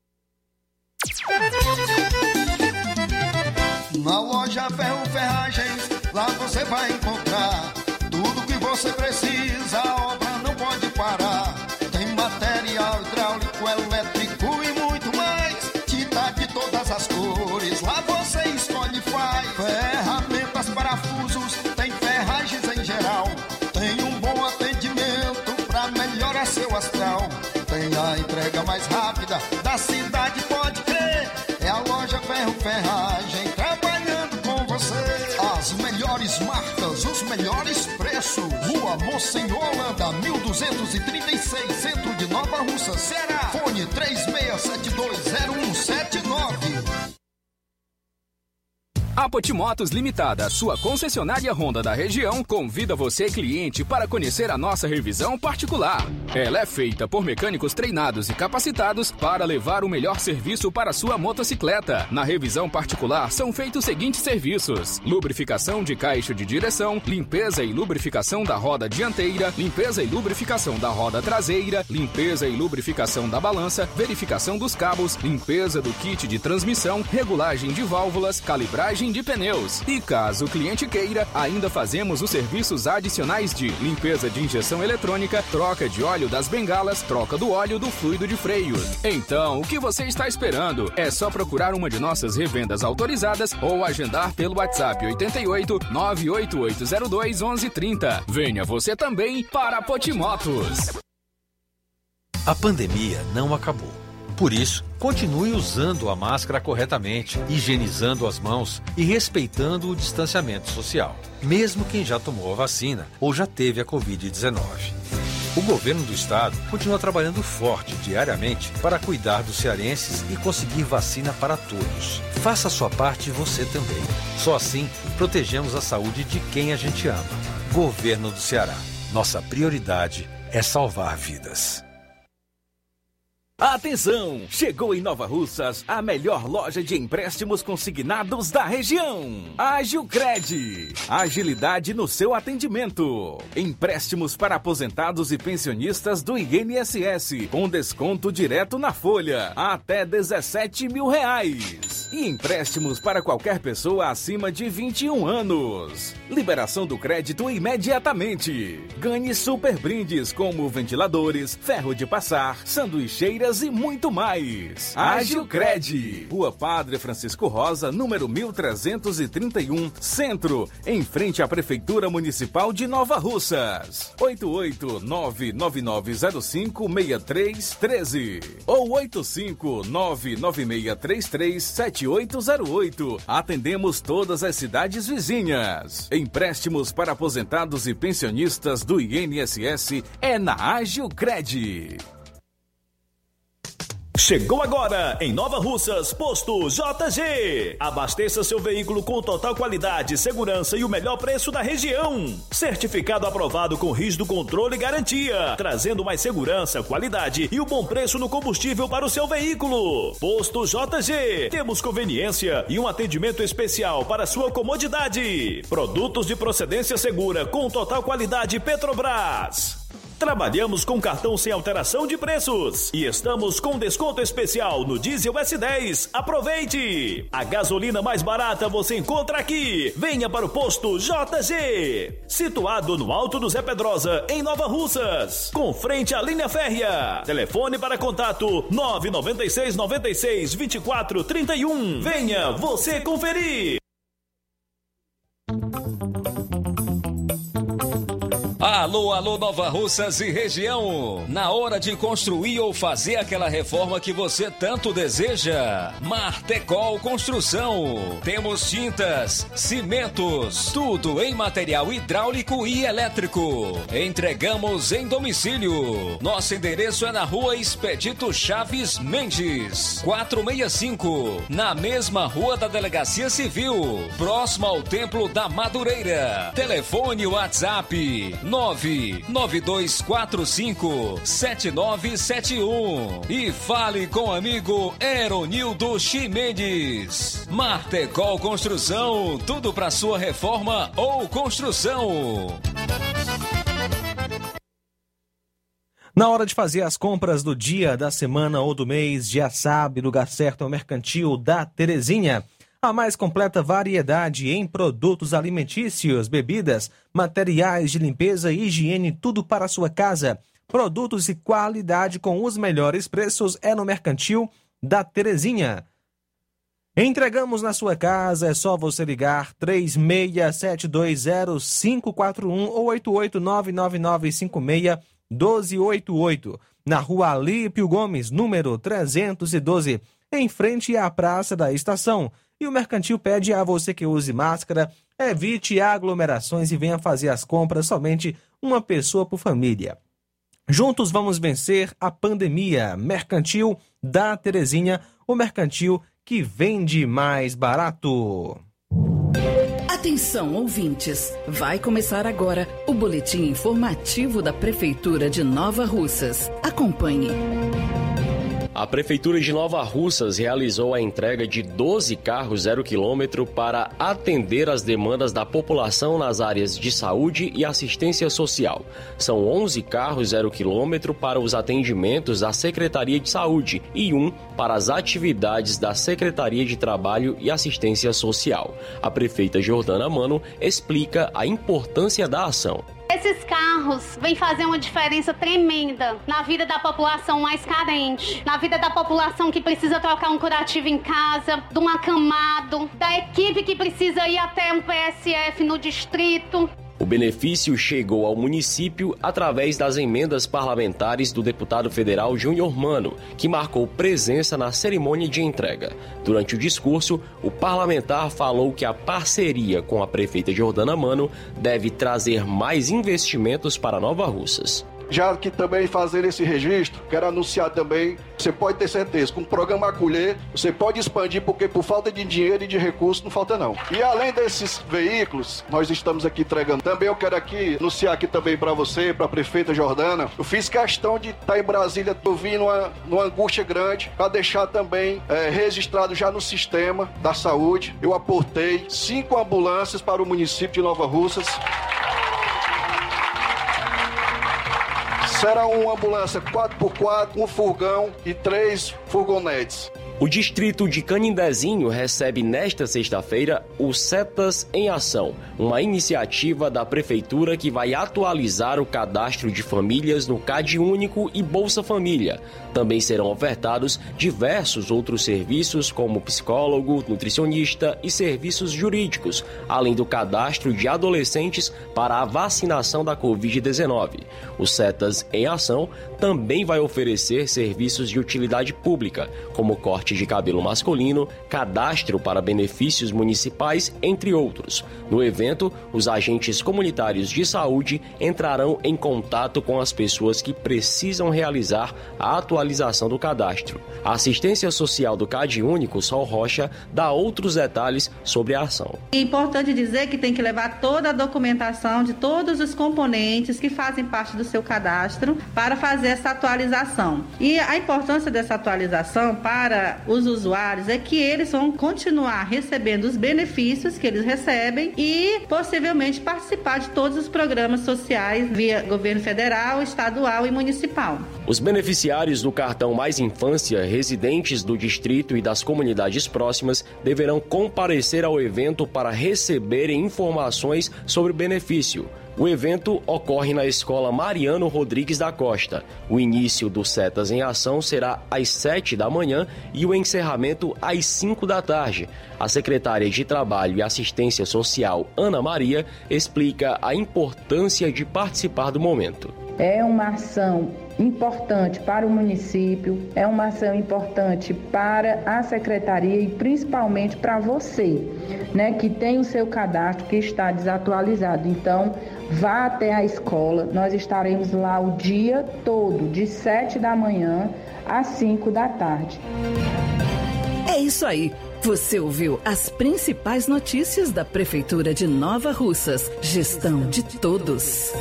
Na loja Ferro Ferragens, lá você vai encontrar tudo que você precisa, a obra não pode parar. Tem material hidráulico, elétrico e muito mais, tinta de todas as cores, lá você escolhe e faz. Ferramentas, parafusos, tem ferragens em geral, tem um bom atendimento pra melhorar seu astral. Tem a entrega mais rápida da cidade, pode crer, é a loja Ferro Ferragem trabalhando com você. As melhores marcas, os melhores preços. Rua Monsenhor Holanda, 1236, centro de Nova Russa, Ceará. Fone 36720179. A Potimotos Limitada, sua concessionária Honda da região, convida você, cliente, para conhecer a nossa revisão particular. Ela é feita por mecânicos treinados e capacitados para levar o melhor serviço para sua motocicleta. Na revisão particular são feitos os seguintes serviços: lubrificação de caixa de direção, limpeza e lubrificação da roda dianteira, limpeza e lubrificação da roda traseira, limpeza e lubrificação da balança, verificação dos cabos, limpeza do kit de transmissão, regulagem de válvulas, calibragem lavagem de pneus. E caso o cliente queira, ainda fazemos os serviços adicionais de limpeza de injeção eletrônica, troca de óleo das bengalas, troca do óleo do fluido de freio. Então, o que você está esperando? É só procurar uma de nossas revendas autorizadas ou agendar pelo WhatsApp 88 98802 1130. Venha você também para a Potimotos. A pandemia não acabou. Por isso, continue usando a máscara corretamente, higienizando as mãos e respeitando o distanciamento social, mesmo quem já tomou a vacina ou já teve a Covid-19. O governo do estado continua trabalhando forte diariamente para cuidar dos cearenses e conseguir vacina para todos. Faça a sua parte você também. Só assim, protegemos a saúde de quem a gente ama. Governo do Ceará. Nossa prioridade é salvar vidas. Atenção! Chegou em Nova Russas a melhor loja de empréstimos consignados da região. Agiocred. Agilidade no seu atendimento. Empréstimos para aposentados e pensionistas do INSS, com desconto direto na folha, até R$17 mil. E empréstimos para qualquer pessoa acima de 21 anos. Liberação do crédito imediatamente. Ganhe super brindes como ventiladores, ferro de passar, sanduicheiras e muito mais. Agiocred, Rua Padre Francisco Rosa, número 1331, Centro, em frente à Prefeitura Municipal de Nova Russas. 88999056313 ou 85996337808. Atendemos todas as cidades vizinhas. Empréstimos para aposentados e pensionistas do INSS é na Agiocred. Chegou agora, em Nova Russas, Posto JG. Abasteça seu veículo com total qualidade, segurança e o melhor preço da região. Certificado aprovado com rígido controle e garantia, trazendo mais segurança, qualidade e o bom preço no combustível para o seu veículo. Posto JG. Temos conveniência e um atendimento especial para sua comodidade. Produtos de procedência segura com total qualidade Petrobras. Trabalhamos com cartão sem alteração de preços e estamos com desconto especial no diesel S10. Aproveite! A gasolina mais barata você encontra aqui. Venha para o Posto JG, situado no Alto do Zé Pedrosa, em Nova Russas, com frente à linha férrea. Telefone para contato 996962431. Venha você conferir. Alô, alô, Nova Russas e região. Na hora de construir ou fazer aquela reforma que você tanto deseja, Martecol Construção. Temos tintas, cimentos, tudo em material hidráulico e elétrico. Entregamos em domicílio. Nosso endereço é na Rua Expedito Chaves Mendes, 465, na mesma rua da Delegacia Civil, próximo ao Templo da Madureira. Telefone WhatsApp 992457971 e fale com o amigo Eronildo Ximenes. Martecol Construção, tudo para sua reforma ou construção. Na hora de fazer as compras do dia, da semana ou do mês, já sabe, lugar certo é o Mercantil da Terezinha. A mais completa variedade em produtos alimentícios, bebidas, materiais de limpeza e higiene, tudo para a sua casa. Produtos e qualidade com os melhores preços é no Mercantil da Terezinha. Entregamos na sua casa, é só você ligar 36720541 ou 88999561288. Na Rua Alípio Gomes, número 312, em frente à Praça da Estação. E o Mercantil pede a você que use máscara, evite aglomerações e venha fazer as compras somente uma pessoa por família. Juntos vamos vencer a pandemia. Mercantil da Terezinha, o mercantil que vende mais barato. Atenção, ouvintes! Vai começar agora o boletim informativo da Prefeitura de Nova Russas. Acompanhe. A Prefeitura de Nova Russas realizou a entrega de 12 carros 0 km para atender as demandas da população nas áreas de saúde e assistência social. São 11 carros 0 km para os atendimentos da Secretaria de Saúde e 1 para as atividades da Secretaria de Trabalho e Assistência Social. A prefeita Jordana Mano explica a importância da ação. Esses carros vêm fazer uma diferença tremenda na vida da população mais carente, na vida da população que precisa trocar um curativo em casa, de um acamado, da equipe que precisa ir até um PSF no distrito. O benefício chegou ao município através das emendas parlamentares do deputado federal Júnior Mano, que marcou presença na cerimônia de entrega. Durante o discurso, o parlamentar falou que a parceria com a prefeita Jordana Mano deve trazer mais investimentos para Nova Russas. Já que também fazer esse registro, quero anunciar também, você pode ter certeza, com o programa Acolher, você pode expandir, porque por falta de dinheiro e de recursos não falta não. E além desses veículos, nós estamos aqui entregando. Também eu quero aqui anunciar aqui também para você, para a prefeita Jordana, eu fiz questão de estar em Brasília, eu vim numa angústia grande, para deixar também registrado já no sistema da saúde. Eu aportei 5 ambulâncias para o município de Nova Russas. Será uma ambulância 4x4, um furgão e 3 furgonetes. O distrito de Canindezinho recebe nesta sexta-feira o Setas em Ação, uma iniciativa da prefeitura que vai atualizar o cadastro de famílias no CadÚnico e Bolsa Família. Também serão ofertados diversos outros serviços como psicólogo, nutricionista e serviços jurídicos, além do cadastro de adolescentes para a vacinação da Covid-19. O Setas em Ação também vai oferecer serviços de utilidade pública, como corte de cabelo masculino, cadastro para benefícios municipais, entre outros. No evento, os agentes comunitários de saúde entrarão em contato com as pessoas que precisam realizar a atualização do cadastro. A assistência social do CadÚnico, Sol Rocha, dá outros detalhes sobre a ação. É importante dizer que tem que levar toda a documentação de todos os componentes que fazem parte do seu cadastro para fazer essa atualização. E a importância dessa atualização para os usuários é que eles vão continuar recebendo os benefícios que eles recebem e possivelmente participar de todos os programas sociais via governo federal, estadual e municipal. Os beneficiários do cartão Mais Infância, residentes do distrito e das comunidades próximas, deverão comparecer ao evento para receberem informações sobre o benefício. O evento ocorre na Escola Mariano Rodrigues da Costa. O início do Setas em Ação será às 7 da manhã e o encerramento às 5 da tarde. A secretária de Trabalho e Assistência Social, Ana Maria, explica a importância de participar do momento. É uma ação importante para o município, é uma ação importante para a secretaria e principalmente para você, né, que tem o seu cadastro que está desatualizado. Então, vá até a escola, nós estaremos lá o dia todo, de 7 da manhã às 5 da tarde. É isso aí. Você ouviu as principais notícias da Prefeitura de Nova Russas. Gestão de todos.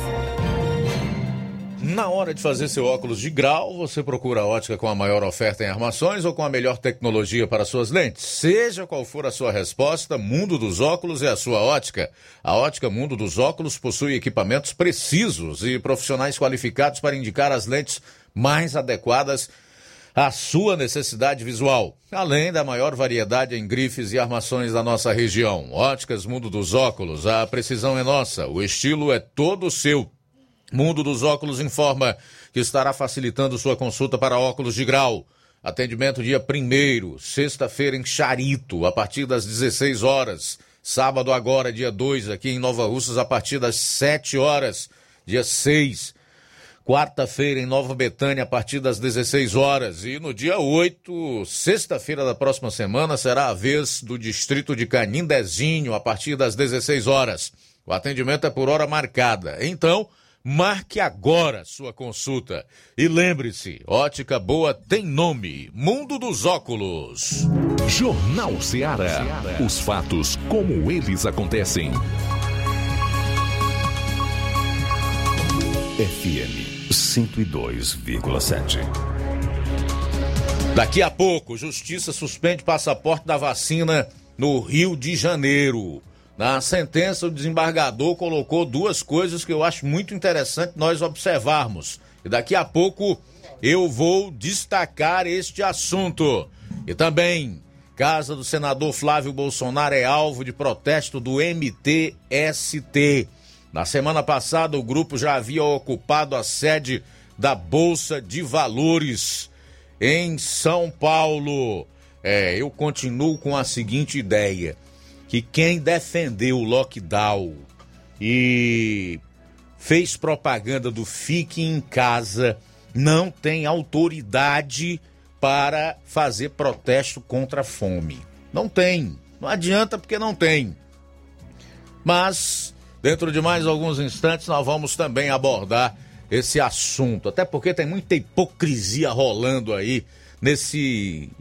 Na hora de fazer seu óculos de grau, você procura a ótica com a maior oferta em armações ou com a melhor tecnologia para suas lentes? Seja qual for a sua resposta, Mundo dos Óculos é a sua ótica. A ótica Mundo dos Óculos possui equipamentos precisos e profissionais qualificados para indicar as lentes mais adequadas à sua necessidade visual, além da maior variedade em grifes e armações da nossa região. Óticas Mundo dos Óculos, a precisão é nossa, o estilo é todo seu. Mundo dos Óculos informa que estará facilitando sua consulta para óculos de grau. Atendimento dia 1º, sexta-feira em Charito, a partir das 16 horas. Sábado agora, dia 2, aqui em Nova Russas, a partir das 7 horas. Dia 6, quarta-feira em Nova Betânia, a partir das 16 horas. E no dia 8, sexta-feira da próxima semana, será a vez do distrito de Canindezinho, a partir das 16 horas. O atendimento é por hora marcada. Então, marque agora sua consulta. E lembre-se, ótica boa tem nome, Mundo dos Óculos. Jornal Ceará. Os fatos como eles acontecem. FM 102,7. Daqui a pouco, Justiça suspende passaporte da vacina no Rio de Janeiro. Na sentença, o desembargador colocou duas coisas que eu acho muito interessante nós observarmos. E daqui a pouco eu vou destacar este assunto. E também, casa do senador Flávio Bolsonaro é alvo de protesto do MTST. Na semana passada, o grupo já havia ocupado a sede da Bolsa de Valores em São Paulo. Eu continuo com a seguinte ideia, que quem defendeu o lockdown e fez propaganda do fique em casa não tem autoridade para fazer protesto contra a fome. Não tem, não adianta porque não tem. Mas, dentro de mais alguns instantes, nós vamos também abordar esse assunto, até porque tem muita hipocrisia rolando aí nesse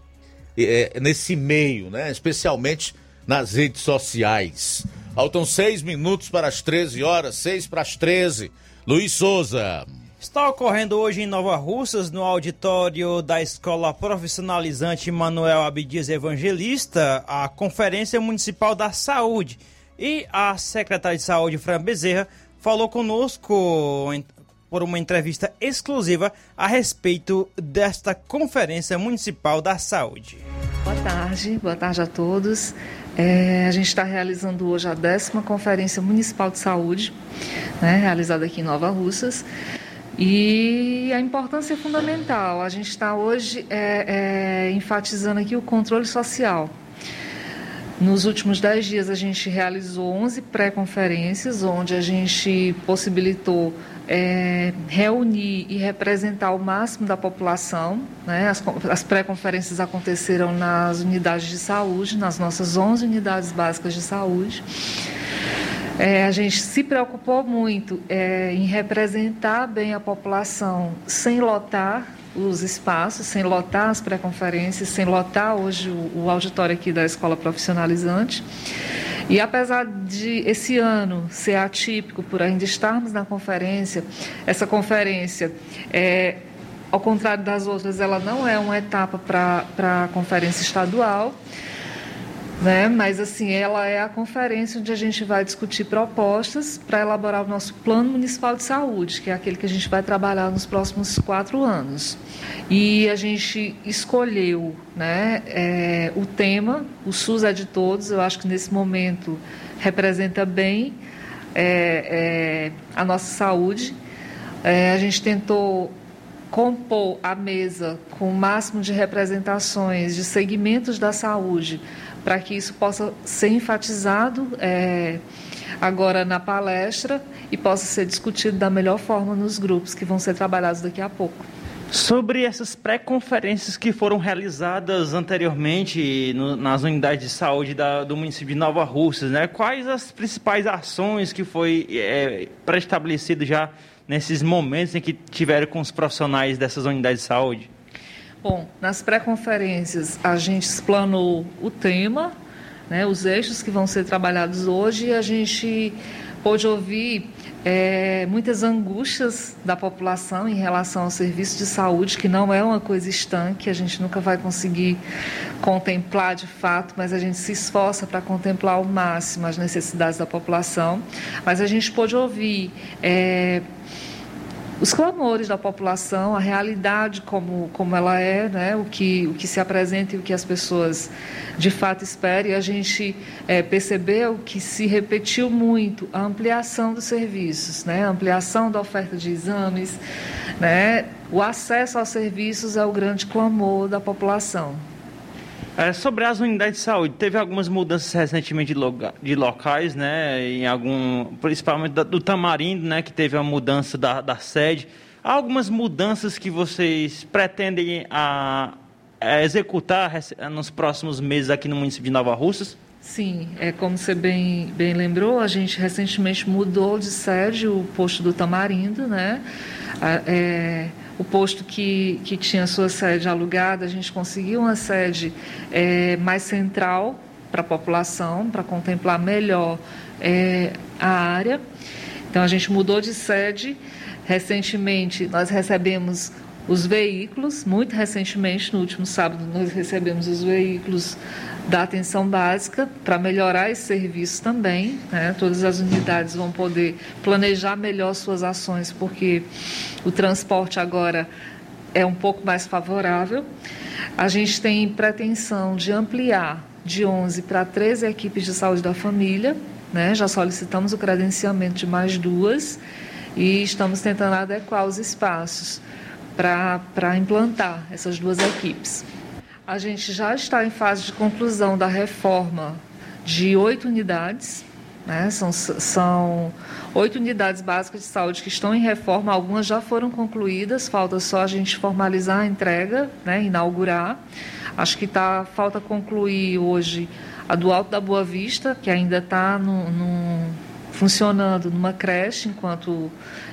meio, né? Especialmente nas redes sociais. Faltam 6 minutos para as 13 horas, 6 para as 13. Luiz Souza. Está ocorrendo hoje em Nova Russas, no auditório da Escola Profissionalizante Manuel Abdias Evangelista, a Conferência Municipal da Saúde. E a secretária de Saúde, Fran Bezerra, falou conosco por uma entrevista exclusiva a respeito desta Conferência Municipal da Saúde. Boa tarde a todos. A gente está realizando hoje a 10ª Conferência Municipal de Saúde, né, realizada aqui em Nova Russas. E a importância é fundamental. A gente está hoje enfatizando aqui o controle social. Nos últimos 10 dias a gente realizou 11 pré-conferências, onde a gente possibilitou reunir e representar o máximo da população, né? As pré-conferências aconteceram nas unidades de saúde, nas nossas 11 unidades básicas de saúde. A gente se preocupou muito em representar bem a população sem lotar os espaços, sem lotar as pré-conferências, sem lotar hoje o auditório aqui da Escola Profissionalizante. E apesar de esse ano ser atípico por ainda estarmos na conferência, essa conferência, ao contrário das outras, ela não é uma etapa para a conferência estadual, né? Mas assim, ela é a conferência onde a gente vai discutir propostas para elaborar o nosso Plano Municipal de Saúde, que é aquele que a gente vai trabalhar nos próximos 4 anos. E a gente escolheu, né, o tema, o SUS é de todos. Eu acho que nesse momento representa bem a nossa saúde. A gente tentou compor a mesa com o máximo de representações de segmentos da saúde, para que isso possa ser enfatizado agora na palestra e possa ser discutido da melhor forma nos grupos que vão ser trabalhados daqui a pouco. Sobre essas pré-conferências que foram realizadas anteriormente nas unidades de saúde do município de Nova Russas, né? Quais as principais ações que foi pré-estabelecido já nesses momentos em que tiveram com os profissionais dessas unidades de saúde? Bom, nas pré-conferências a gente explanou o tema, né, os eixos que vão ser trabalhados hoje, e a gente pôde ouvir muitas angústias da população em relação ao serviço de saúde, que não é uma coisa estanque, a gente nunca vai conseguir contemplar de fato, mas a gente se esforça para contemplar ao máximo as necessidades da população. Mas a gente pôde ouvir os clamores da população, a realidade como ela é, né? o que se apresenta e o que as pessoas de fato esperam. E a gente percebeu que se repetiu muito a ampliação dos serviços, né? A ampliação da oferta de exames, né? O acesso aos serviços é o grande clamor da população. Sobre as unidades de saúde, teve algumas mudanças recentemente de locais, né? Principalmente do Tamarindo, né? Que teve a mudança da sede. Há algumas mudanças que vocês pretendem executar nos próximos meses aqui no município de Nova Russas? Sim, como você bem lembrou, a gente recentemente mudou de sede o posto do Tamarindo, né? O posto que tinha sua sede alugada, a gente conseguiu uma sede mais central para a população, para contemplar melhor a área. Então, a gente mudou de sede. Recentemente, nós recebemos os veículos. Muito recentemente, no último sábado, nós recebemos os veículos da atenção básica para melhorar esse serviço também, né? Todas as unidades vão poder planejar melhor suas ações, porque o transporte agora é um pouco mais favorável. A gente tem pretensão de ampliar de 11 para 13 equipes de saúde da família, né? Já solicitamos o credenciamento de mais 2 e estamos tentando adequar os espaços para implantar essas 2 equipes. A gente já está em fase de conclusão da reforma de 8 unidades, né? São 8 unidades básicas de saúde que estão em reforma, algumas já foram concluídas, falta só a gente formalizar a entrega, né? Inaugurar. Acho que falta concluir hoje a do Alto da Boa Vista, que ainda está funcionando numa creche, enquanto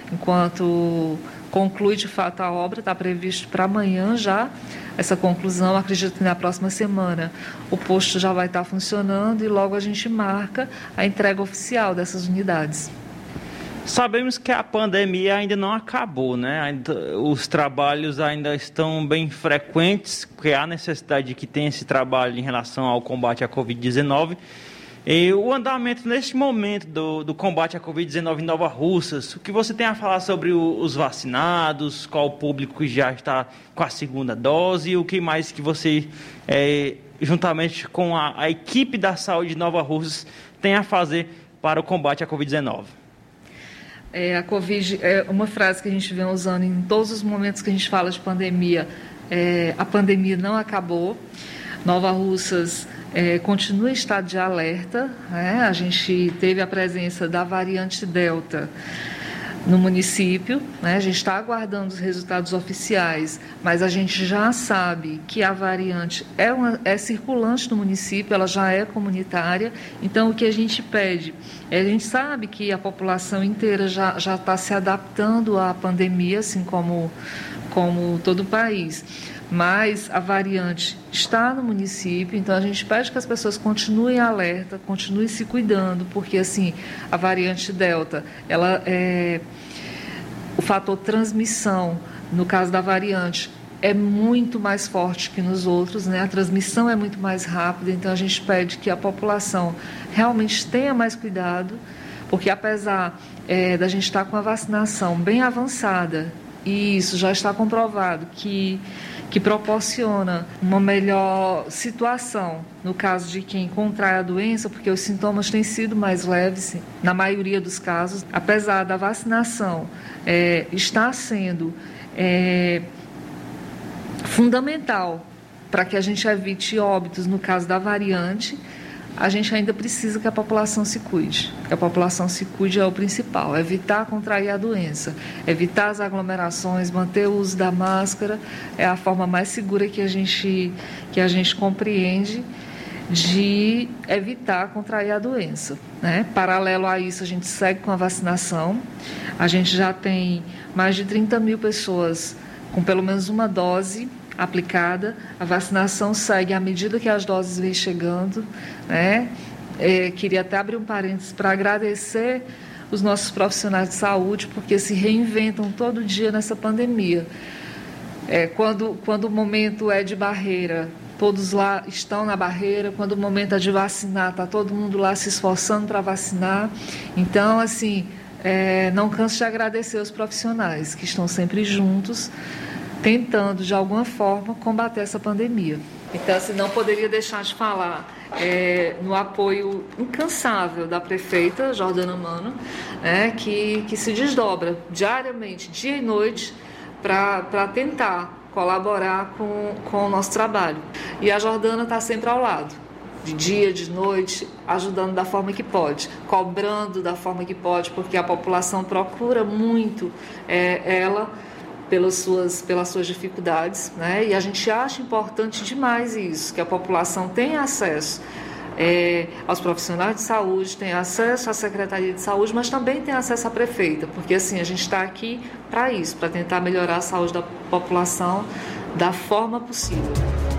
conclui de fato a obra. Está previsto para amanhã já essa conclusão. Acredito que na próxima semana o posto já vai estar funcionando e logo a gente marca a entrega oficial dessas unidades. Sabemos que a pandemia ainda não acabou, né? Os trabalhos ainda estão bem frequentes, porque há necessidade de que tenha esse trabalho em relação ao combate à Covid-19. E o andamento neste momento do combate à Covid-19 em Nova Russas, o que você tem a falar sobre os vacinados, qual o público que já está com a segunda dose e o que mais que você, juntamente com a equipe da saúde de Nova Russas, tem a fazer para o combate à Covid-19? A Covid é uma frase que a gente vem usando em todos os momentos que a gente fala de pandemia. A pandemia não acabou. Nova Russas continua em estado de alerta, né? A gente teve a presença da variante Delta no município, né? A gente está aguardando os resultados oficiais, mas a gente já sabe que a variante é circulante no município, ela já é comunitária. Então, o que a gente pede, a gente sabe que a população inteira já está se adaptando à pandemia, assim como todo o país. Mas a variante está no município, então a gente pede que as pessoas continuem alerta, continuem se cuidando, porque assim, a variante Delta, o fator transmissão, no caso da variante, é muito mais forte que nos outros, né? A transmissão é muito mais rápida, então a gente pede que a população realmente tenha mais cuidado, porque apesar da gente estar com a vacinação bem avançada, e isso já está comprovado que proporciona uma melhor situação no caso de quem contrai a doença, porque os sintomas têm sido mais leves, na maioria dos casos. Apesar da vacinação estar sendo fundamental para que a gente evite óbitos no caso da variante, a gente ainda precisa que a população se cuide. Que a população se cuide é o principal, evitar contrair a doença, evitar as aglomerações, manter o uso da máscara, é a forma mais segura que a gente compreende de evitar contrair a doença, né? Paralelo a isso, a gente segue com a vacinação. A gente já tem mais de 30 mil pessoas com pelo menos uma dose aplicada. A vacinação segue à medida que as doses vêm chegando, né? Queria até abrir um parênteses para agradecer os nossos profissionais de saúde, porque se reinventam todo dia nessa pandemia. Quando o momento é de barreira, todos lá estão na barreira. Quando o momento é de vacinar, está todo mundo lá se esforçando para vacinar. Então, assim, não canso de agradecer os profissionais que estão sempre juntos, tentando, de alguma forma, combater essa pandemia. Então, assim, não poderia deixar de falar no apoio incansável da prefeita Jordana Mano, que se desdobra diariamente, dia e noite, para tentar colaborar com o nosso trabalho. E a Jordana está sempre ao lado, de dia, de noite, ajudando da forma que pode, cobrando da forma que pode, porque a população procura muito ela, pelas suas dificuldades, né? E a gente acha importante demais isso, que a população tenha acesso aos profissionais de saúde, tenha acesso à Secretaria de Saúde, mas também tenha acesso à prefeita, porque assim, a gente está aqui para isso, para tentar melhorar a saúde da população da forma possível.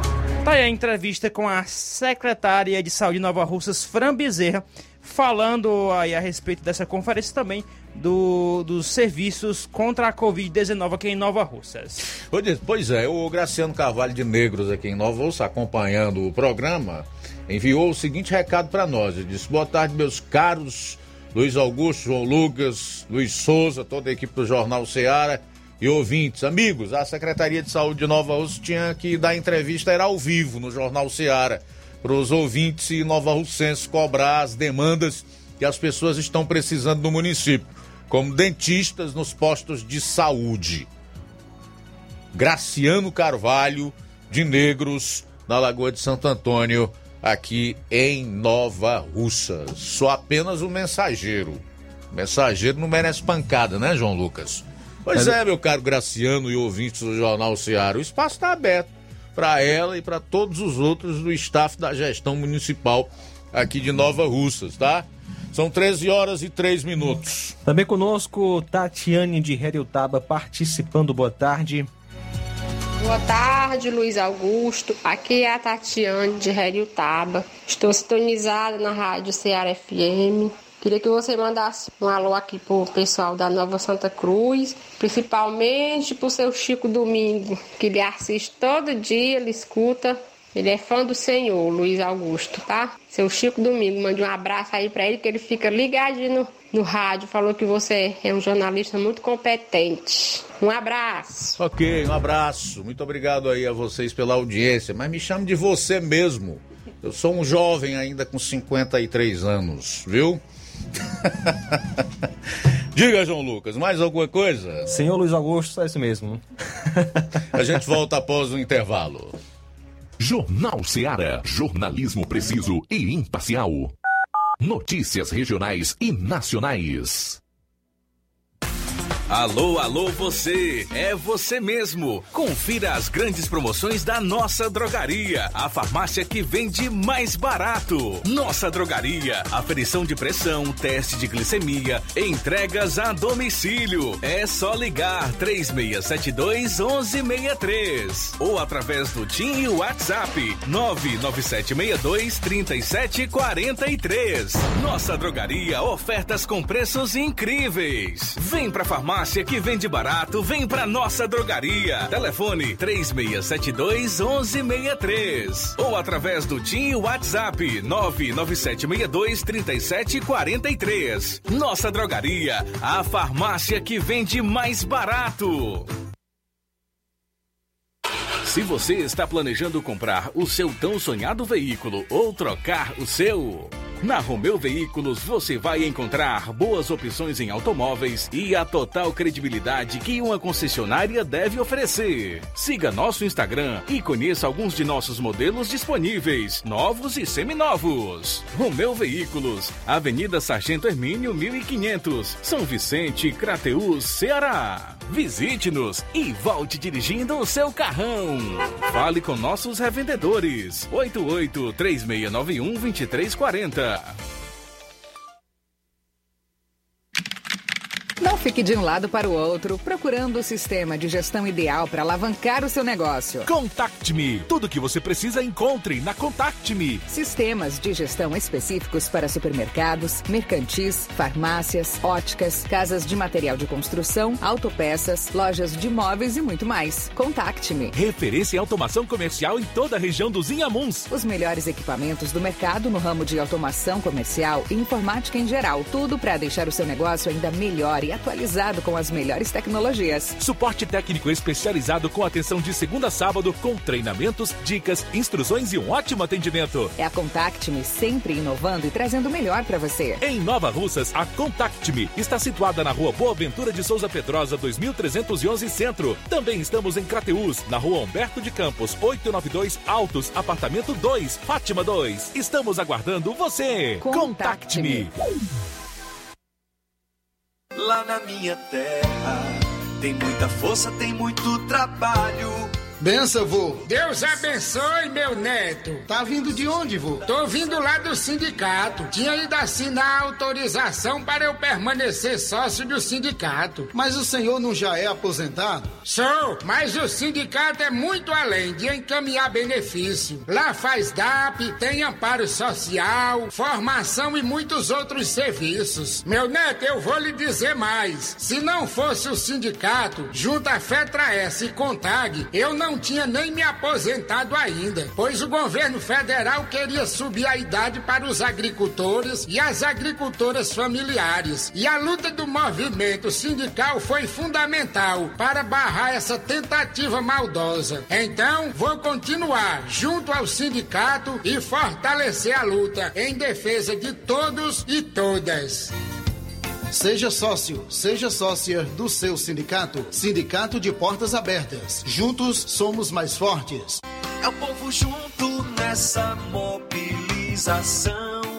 Tá aí a entrevista com a secretária de Saúde de Nova Russas, Fran Bezerra, falando aí a respeito dessa conferência também dos serviços contra a Covid-19 aqui em Nova Russas. Pois é, o Graciano Carvalho de Negros aqui em Nova Russas, acompanhando o programa, enviou o seguinte recado para nós. Ele disse: boa tarde, meus caros Luiz Augusto, João Lucas, Luiz Souza, toda a equipe do Jornal Ceará e ouvintes, amigos. A Secretaria de Saúde de Nova Russas tinha que dar entrevista, era ao vivo no Jornal Ceará, para os ouvintes e novarrussenses cobrar as demandas que as pessoas estão precisando no município, como dentistas nos postos de saúde. Graciano Carvalho de Negros, na Lagoa de Santo Antônio, aqui em Nova Russas. Sou apenas um mensageiro. O mensageiro não merece pancada, né, João Lucas? Pois é, meu caro Graciano e ouvintes do Jornal Ceará, o espaço está aberto para ela e para todos os outros do staff da gestão municipal aqui de Nova Russas, tá? São 13h03. Também conosco, Tatiane de Heriotaba participando. Boa tarde. Boa tarde, Luiz Augusto. Aqui é a Tatiane de Heriotaba. Estou sintonizada na Rádio Ceará FM. Queria que você mandasse um alô aqui pro pessoal da Nova Santa Cruz, principalmente pro seu Chico Domingo, que ele assiste todo dia, ele escuta. Ele é fã do senhor, Luiz Augusto, tá? Seu Chico Domingo, mande um abraço aí pra ele, que ele fica ligadinho no rádio. Falou que você é um jornalista muito competente. Um abraço. Ok, um abraço. Muito obrigado aí a vocês pela audiência, mas me chame de você mesmo. Eu sou um jovem ainda com 53 anos, viu? Diga, João Lucas, mais alguma coisa? Senhor Luiz Augusto, é isso mesmo. A gente volta após o intervalo. Jornal Ceará, jornalismo preciso e imparcial. Notícias regionais e nacionais. Alô, alô você, é você mesmo. Confira as grandes promoções da Nossa Drogaria, a farmácia que vende mais barato. Nossa Drogaria, aferição de pressão, teste de glicemia, entregas a domicílio. É só ligar 3672-1163 ou através do TIM e WhatsApp 99762-3743. Nossa Drogaria, ofertas com preços incríveis. Vem pra farmácia que vende barato, vem pra Nossa Drogaria. Telefone 3672-1163 ou através do TIM e WhatsApp 99762-3743. Nossa Drogaria, a farmácia que vende mais barato. Se você está planejando comprar o seu tão sonhado veículo ou trocar o seu, na Romeu Veículos você vai encontrar boas opções em automóveis e a total credibilidade que uma concessionária deve oferecer. Siga nosso Instagram e conheça alguns de nossos modelos disponíveis, novos e seminovos. Romeu Veículos, Avenida Sargento Hermínio 1500, São Vicente, Crateús, Ceará. Visite-nos e volte dirigindo o seu carrão. Fale com nossos revendedores. 88-3691-2340. Não fique de um lado para o outro, procurando o sistema de gestão ideal para alavancar o seu negócio. Contact-me. Tudo que você precisa encontre na Contact-me. Sistemas de gestão específicos para supermercados, mercantis, farmácias, óticas, casas de material de construção, autopeças, lojas de imóveis e muito mais. Contact-me. Referência em automação comercial em toda a região dos Inhamuns. Os melhores equipamentos do mercado no ramo de automação comercial e informática em geral. Tudo para deixar o seu negócio ainda melhor e atualizado com as melhores tecnologias. Suporte técnico especializado com atenção de segunda a sábado, com treinamentos, dicas, instruções e um ótimo atendimento. É a Contact-me, sempre inovando e trazendo o melhor para você. Em Nova Russas, a Contact-me está situada na Rua Boa Ventura de Souza Pedrosa, 2311 Centro. Também estamos em Crateús, na Rua Humberto de Campos, 892 Altos, apartamento 2, Fátima 2. Estamos aguardando você. Contact-me. Lá na minha terra tem muita força, tem muito trabalho. Benção, vô. Deus abençoe, meu neto. Tá vindo de onde, vô? Tô vindo lá do sindicato. Tinha ido assinar a autorização para eu permanecer sócio do sindicato. Mas o senhor não já é aposentado? Sou, mas o sindicato é muito além de encaminhar benefício. Lá faz DAP, tem amparo social, formação e muitos outros serviços. Meu neto, eu vou lhe dizer mais. Se não fosse o sindicato, junto à FETRA-S e CONTAG, eu não tinha nem me aposentado ainda, pois o governo federal queria subir a idade para os agricultores e as agricultoras familiares. E a luta do movimento sindical foi fundamental para barrar essa tentativa maldosa. Então, vou continuar junto ao sindicato e fortalecer a luta em defesa de todos e todas. Seja sócio, seja sócia do seu sindicato. Sindicato de Portas Abertas. Juntos somos mais fortes. É o povo junto nessa mobilização.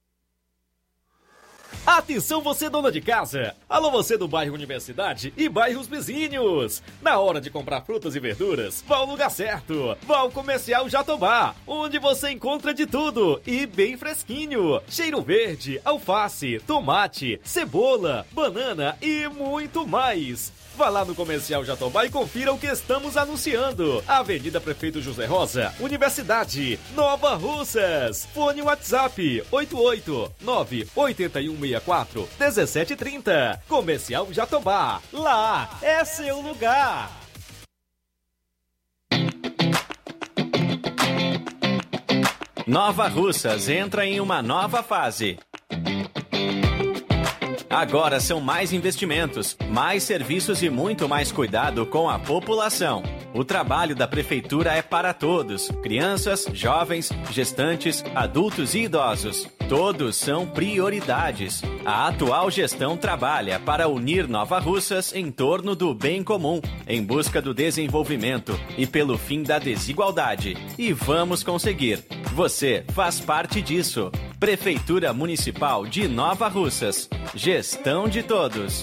Atenção você dona de casa, alô você do bairro Universidade e bairros vizinhos. Na hora de comprar frutas e verduras, vá ao lugar certo. Vá ao Comercial Jatobá, onde você encontra de tudo e bem fresquinho. Cheiro verde, alface, tomate, cebola, banana e muito mais. Vá lá no Comercial Jatobá e confira o que estamos anunciando. Avenida Prefeito José Rosa, Universidade, Nova Russas. Fone WhatsApp 889-8164-1730. Comercial Jatobá. Lá é seu lugar. Nova Russas entra em uma nova fase. Agora são mais investimentos, mais serviços e muito mais cuidado com a população. O trabalho da Prefeitura é para todos: crianças, jovens, gestantes, adultos e idosos. Todos são prioridades. A atual gestão trabalha para unir Nova Russas em torno do bem comum, em busca do desenvolvimento e pelo fim da desigualdade. E vamos conseguir. Você faz parte disso. Prefeitura Municipal de Nova Russas. Gestão de todos.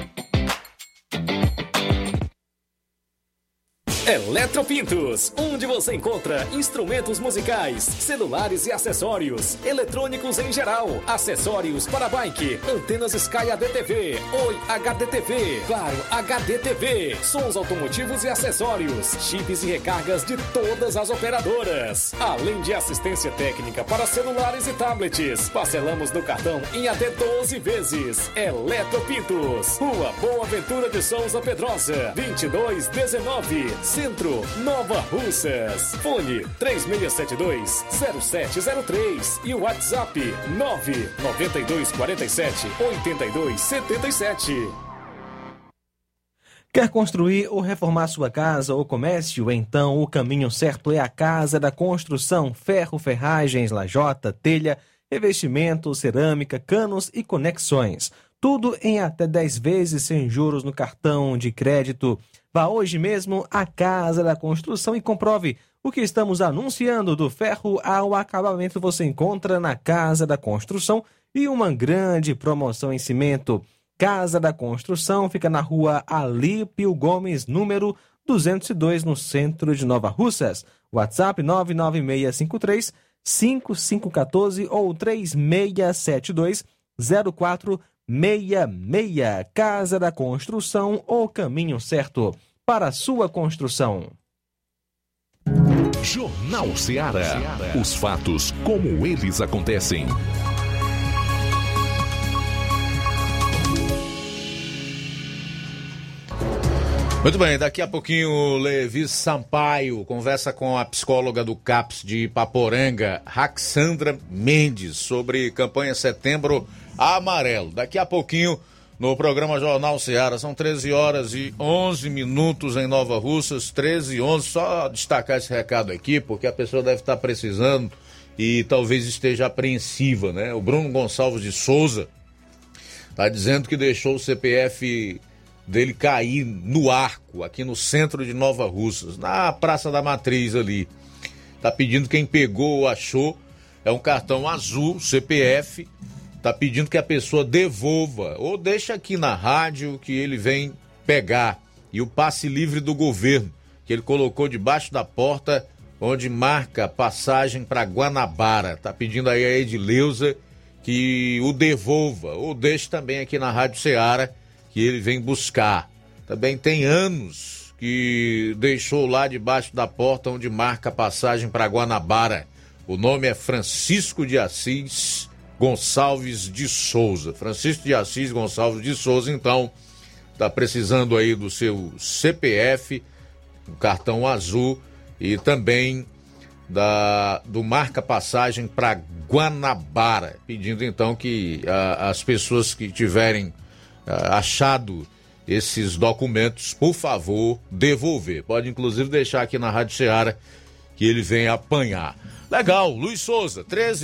Eletropintos, onde você encontra instrumentos musicais, celulares e acessórios, eletrônicos em geral, acessórios para bike, antenas Sky ADTV, Oi HDTV, Claro HDTV, sons automotivos e acessórios, chips e recargas de todas as operadoras, além de assistência técnica para celulares e tablets. Parcelamos no cartão em até 12 vezes. Eletropintos, Rua Boa Ventura de Souza Pedrosa, 2219, Centro, Nova Russas. Fone 3672-0703 e o WhatsApp 99247-8277. Quer construir ou reformar sua casa ou comércio? Então o caminho certo é a Casa da Construção. Ferro, ferragens, lajota, telha, revestimento, cerâmica, canos e conexões. Tudo em até 10 vezes sem juros no cartão de crédito. Vá hoje mesmo à Casa da Construção e comprove o que estamos anunciando. Do ferro ao acabamento você encontra na Casa da Construção e uma grande promoção em cimento. Casa da Construção fica na rua Alípio Gomes, número 202, no centro de Nova Russas. WhatsApp 99653-5514 ou 3672-0466. Casa da Construção, o caminho certo para a sua construção. Jornal Ceará. Os fatos como eles acontecem. Muito bem, daqui a pouquinho o Levi Sampaio conversa com a psicóloga do CAPS de Ipaporanga, Raxandra Mendes, sobre campanha Setembro Amarelo. Daqui a pouquinho no programa Jornal Ceará, são 13 horas e 11 minutos em Nova Russas, 13 e 11, só destacar esse recado aqui, porque a pessoa deve estar precisando e talvez esteja apreensiva, né? O Bruno Gonçalves de Souza está dizendo que deixou o CPF dele cair no arco, aqui no centro de Nova Russas, na Praça da Matriz ali. Tá pedindo, quem pegou ou achou, é um cartão azul, CPF, tá pedindo que a pessoa devolva, ou deixa aqui na rádio que ele vem pegar. E o passe livre do governo, que ele colocou debaixo da porta onde marca passagem para Guanabara. Tá pedindo aí a Edileuza que o devolva, ou deixe também aqui na Rádio Ceará, que ele vem buscar. Também tem anos que deixou lá debaixo da porta onde marca passagem para Guanabara. O nome é Francisco de Assis Gonçalves de Souza. Francisco de Assis Gonçalves de Souza, então, tá precisando aí do seu CPF, um cartão azul e também do marca-passagem para Guanabara, pedindo então que as pessoas que tiverem achado esses documentos, por favor, devolver. Pode inclusive deixar aqui na Rádio Ceará que ele vem apanhar. Legal, Luiz Souza,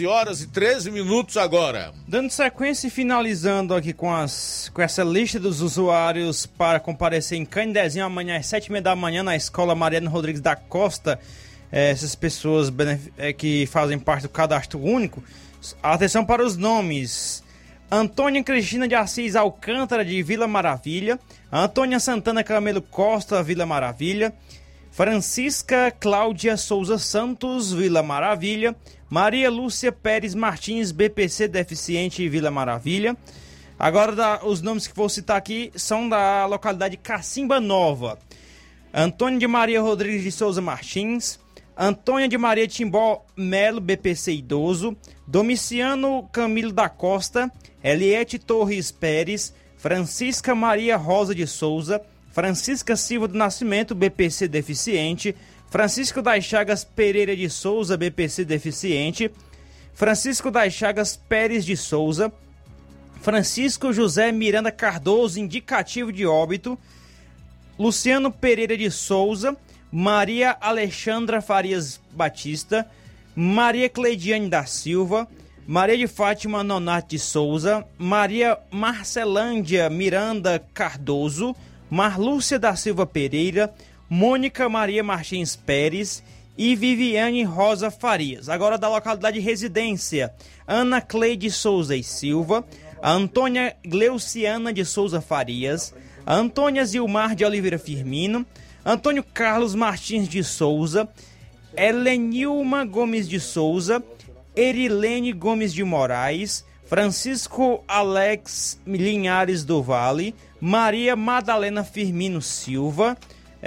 13h13 agora. Dando sequência e finalizando aqui com essa lista dos usuários para comparecer em Canidezinho amanhã às 7h30 da manhã na Escola Mariano Rodrigues da Costa. Essas pessoas que fazem parte do cadastro único. Atenção para os nomes: Antônia Cristina de Assis Alcântara, de Vila Maravilha; Antônia Santana Camelo Costa, Vila Maravilha; Francisca Cláudia Souza Santos, Vila Maravilha; Maria Lúcia Pérez Martins, BPC Deficiente, Vila Maravilha. Agora os nomes que vou citar aqui são da localidade Cacimba Nova: Antônia de Maria Rodrigues de Souza Martins, Antônia de Maria Timbó Melo, BPC Idoso; Domiciano Camilo da Costa, Eliete Torres Pérez, Francisca Maria Rosa de Souza, Francisca Silva do Nascimento, BPC Deficiente; Francisco das Chagas Pereira de Souza, BPC Deficiente; Francisco das Chagas Pérez de Souza; Francisco José Miranda Cardoso, indicativo de óbito; Luciano Pereira de Souza, Maria Alexandra Farias Batista, Maria Cleidiane da Silva, Maria de Fátima Nonato de Souza, Maria Marcelândia Miranda Cardoso, Marlúcia da Silva Pereira, Mônica Maria Martins Pérez e Viviane Rosa Farias. Agora da localidade de residência: Ana Cleide Souza e Silva, Antônia Gleuciana de Souza Farias, Antônia Zilmar de Oliveira Firmino, Antônio Carlos Martins de Souza, Helenilma Gomes de Souza, Erilene Gomes de Moraes, Francisco Alex Linhares do Vale, Maria Madalena Firmino Silva,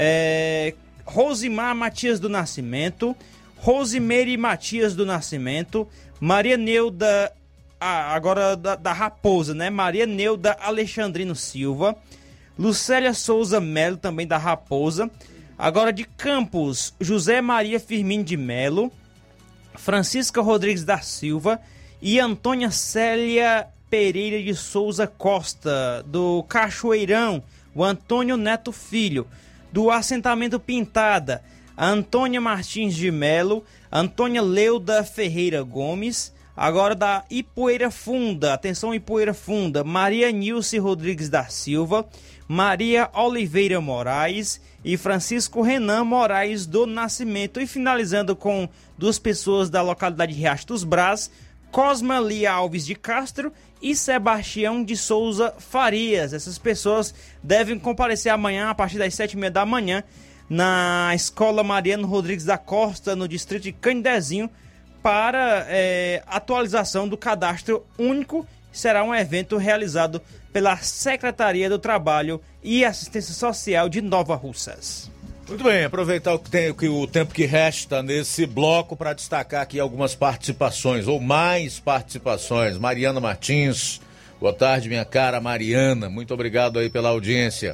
Rosimar Matias do Nascimento, Rosimeire Matias do Nascimento, Maria Neuda, agora da Raposa, né? Maria Neuda Alexandrino Silva, Lucélia Souza Melo, também da Raposa. Agora de Campos, José Maria Firmino de Melo, Francisca Rodrigues da Silva e Antônia Célia Pereira de Souza Costa. Do Cachoeirão, o Antônio Neto Filho. Do assentamento Pintada, Antônia Martins de Melo, Antônia Leuda Ferreira Gomes. Agora da Ipueira Funda, atenção Ipueira Funda, Maria Nilce Rodrigues da Silva, Maria Oliveira Moraes e Francisco Renan Moraes do Nascimento. E finalizando com duas pessoas da localidade de Riacho dos Brás, Cosma Lia Alves de Castro e Sebastião de Souza Farias. Essas pessoas devem comparecer amanhã a partir das 7h30 da manhã na Escola Mariano Rodrigues da Costa, no distrito de Canidezinho, para atualização do cadastro único. Será um evento realizado pela Secretaria do Trabalho e Assistência Social de Nova Russas. Muito bem, aproveitar o tempo que resta nesse bloco para destacar aqui algumas participações, ou mais participações. Mariana Martins, boa tarde, minha cara Mariana, muito obrigado aí pela audiência.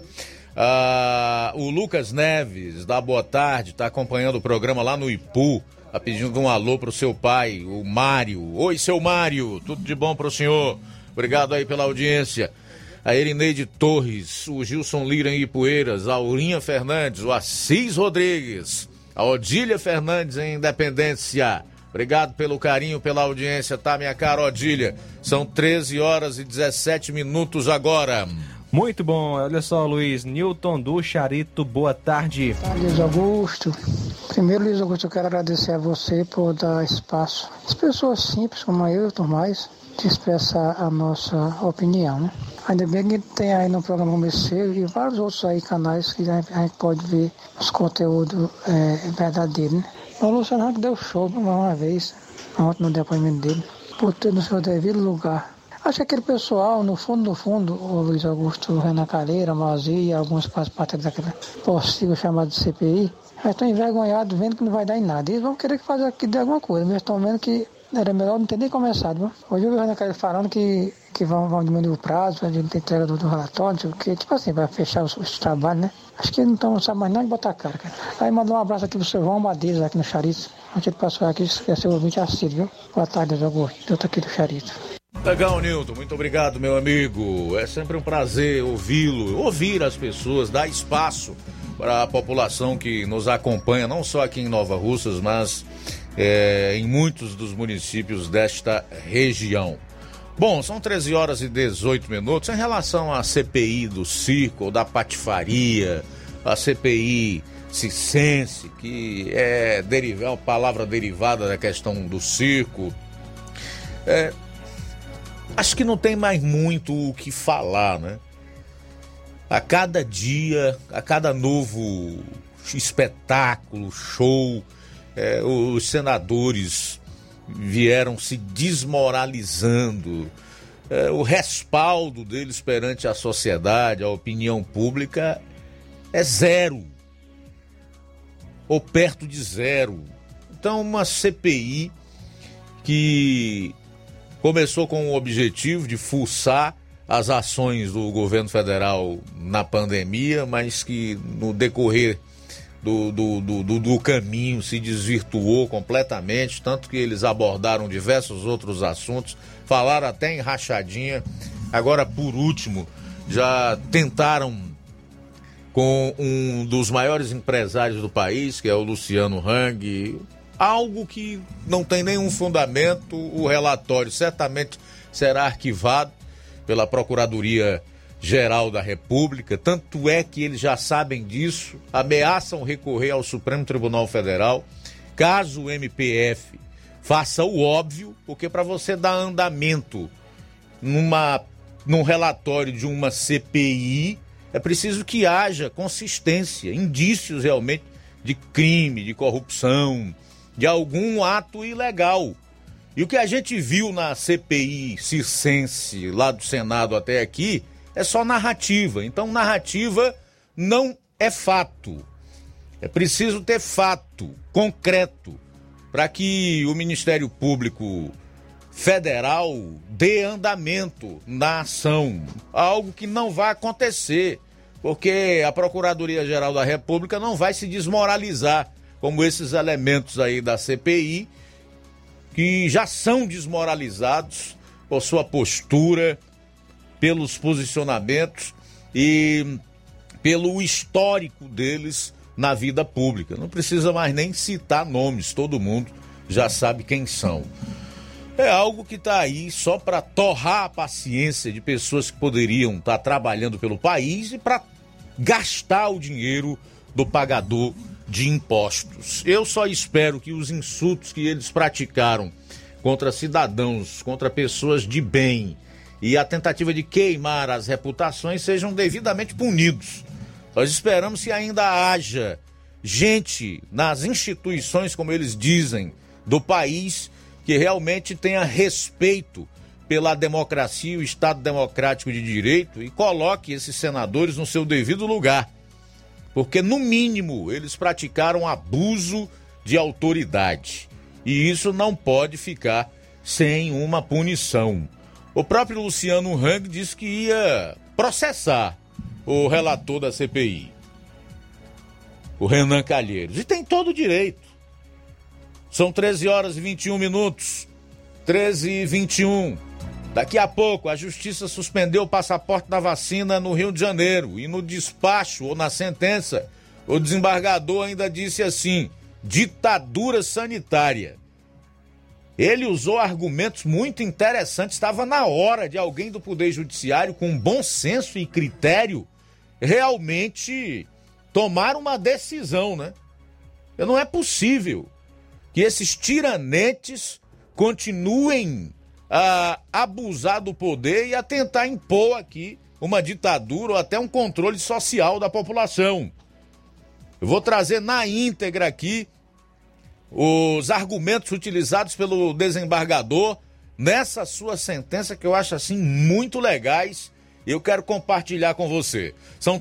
O Lucas Neves, dá boa tarde, está acompanhando o programa lá no Ipu, está pedindo um alô pro seu pai, o Mário. Oi, seu Mário, tudo de bom pro senhor? Obrigado aí pela audiência. A Erineide Torres, o Gilson Lira em Ipueiras, a Aurinha Fernandes, o Assis Rodrigues, a Odília Fernandes em Independência. Obrigado pelo carinho, pela audiência, tá, minha cara Odília? São 13h17 agora. Muito bom, olha só, Luiz. Newton do Charito, boa tarde. Boa tarde, Luiz Augusto. Primeiro, Luiz Augusto, eu quero agradecer a você por dar espaço às pessoas simples como eu e tudo mais de expressar a nossa opinião, né? Ainda bem que tem aí no programa como esse e vários outros aí canais que a gente pode ver os conteúdos verdadeiros, né? O Luciano Huck deu show uma vez, ontem no depoimento dele, por ter no seu devido lugar. Acho que aquele pessoal, no fundo, o Luiz Augusto, o Renan Calheira, a Mazia e alguns participantes daquela possível chamada de CPI, já estão envergonhados, vendo que não vai dar em nada. Eles vão querer fazer aqui de alguma coisa, mas estão vendo que era melhor não ter nem começado. Viu? Hoje eu vi o Renan Calheira falando que vão diminuir o prazo, a gente entrega do relatório, porque, tipo assim, vai fechar os trabalhos, né? Acho que eles não sabem mais nada de botar a cara. Aí mandou um abraço aqui pro seu João Madeiros, aqui no Charito. Antes ele passou aqui, é seu ouvinte assíduo, viu? Boa tarde, Luiz Augusto. Eu tô aqui do Charito. Legal, Nilton, muito obrigado, meu amigo. É sempre um prazer ouvi-lo, ouvir as pessoas, dar espaço para a população que nos acompanha, não só aqui em Nova Russas, mas em muitos dos municípios desta região. Bom, são 13 horas e 18 minutos. Em relação à CPI do circo, ou da patifaria, a CPI circense, que é uma palavra derivada da questão do circo, acho que não tem mais muito o que falar, né? A cada dia, a cada novo espetáculo, show, os senadores vieram se desmoralizando. O respaldo deles perante a sociedade, a opinião pública, é zero, ou perto de zero. Então, uma CPI que começou com o objetivo de fuçar as ações do governo federal na pandemia, mas que no decorrer do caminho se desvirtuou completamente, tanto que eles abordaram diversos outros assuntos, falaram até em rachadinha. Agora, por último, já tentaram com um dos maiores empresários do país, que é o Luciano Huck, algo que não tem nenhum fundamento. O relatório certamente será arquivado pela Procuradoria-Geral da República, tanto é que eles já sabem disso, ameaçam recorrer ao Supremo Tribunal Federal, caso o MPF faça o óbvio, porque para você dar andamento num relatório de uma CPI, é preciso que haja consistência, indícios realmente de crime, de corrupção, de algum ato ilegal. E o que a gente viu na CPI circense, lá do Senado até aqui, é só narrativa. Então, narrativa não é fato. É preciso ter fato concreto para que o Ministério Público Federal dê andamento na ação. Algo que não vai acontecer, porque a Procuradoria-Geral da República não vai se desmoralizar como esses elementos aí da CPI, que já são desmoralizados por sua postura, pelos posicionamentos e pelo histórico deles na vida pública. Não precisa mais nem citar nomes, todo mundo já sabe quem são. É algo que está aí só para torrar a paciência de pessoas que poderiam estar trabalhando pelo país e para gastar o dinheiro do pagador de impostos. Eu só espero que os insultos que eles praticaram contra cidadãos, contra pessoas de bem e a tentativa de queimar as reputações sejam devidamente punidos. Nós esperamos que ainda haja gente nas instituições, como eles dizem, do país, que realmente tenha respeito pela democracia e o Estado democrático de direito e coloque esses senadores no seu devido lugar. Porque, no mínimo, eles praticaram abuso de autoridade. E isso não pode ficar sem uma punição. O próprio Luciano Huck disse que ia processar o relator da CPI, o Renan Calheiros. E tem todo o direito. São 13 horas e 21 minutos. 13 e 21. Daqui a pouco, a Justiça suspendeu o passaporte da vacina no Rio de Janeiro. E no despacho, ou na sentença, o desembargador ainda disse assim: ditadura sanitária. Ele usou argumentos muito interessantes. Estava na hora de alguém do Poder Judiciário, com bom senso e critério, realmente tomar uma decisão, né? Não é possível que esses tiranetes continuem a abusar do poder e a tentar impor aqui uma ditadura ou até um controle social da população. Eu vou trazer na íntegra aqui os argumentos utilizados pelo desembargador nessa sua sentença, que eu acho assim muito legais, e eu quero compartilhar com você. São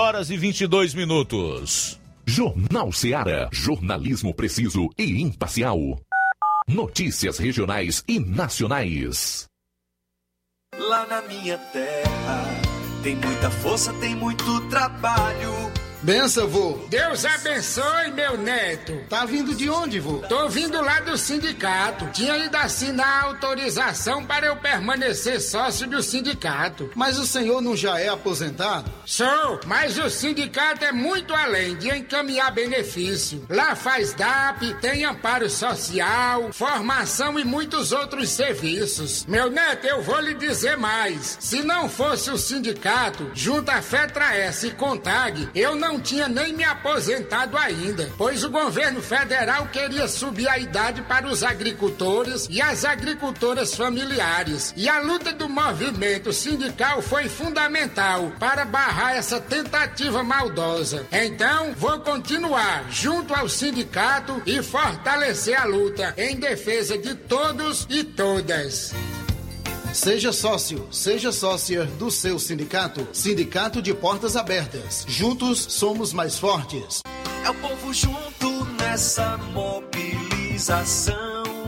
13h22. Jornal Ceará, jornalismo preciso e imparcial. Notícias regionais e nacionais. Lá na minha terra tem muita força, tem muito trabalho. Benção, vô. Deus abençoe, meu neto. Tá vindo de onde, vô? Tô vindo lá do sindicato. Tinha ido assinar a autorização para eu permanecer sócio do sindicato. Mas o senhor não já é aposentado? Sou, mas o sindicato é muito além de encaminhar benefício. Lá faz DAP, tem amparo social, formação e muitos outros serviços. Meu neto, eu vou lhe dizer mais. Se não fosse o sindicato, junto à FETRA-S e CONTAG, eu não tinha nem me aposentado ainda, pois o governo federal queria subir a idade para os agricultores e as agricultoras familiares. E a luta do movimento sindical foi fundamental para barrar essa tentativa maldosa. Então, vou continuar junto ao sindicato e fortalecer a luta em defesa de todos e todas. Seja sócio, seja sócia do seu sindicato. Sindicato de Portas Abertas. Juntos somos mais fortes. É o povo junto nessa mobilização.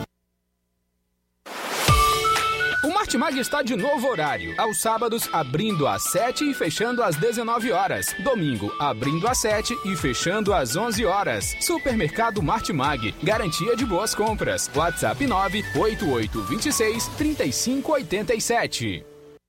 O Martimag está de novo horário. Aos sábados, abrindo às 7 e fechando às 19 horas. Domingo, abrindo às 7 e fechando às 11 horas. Supermercado Martimag. Garantia de boas compras. WhatsApp 98826-3587.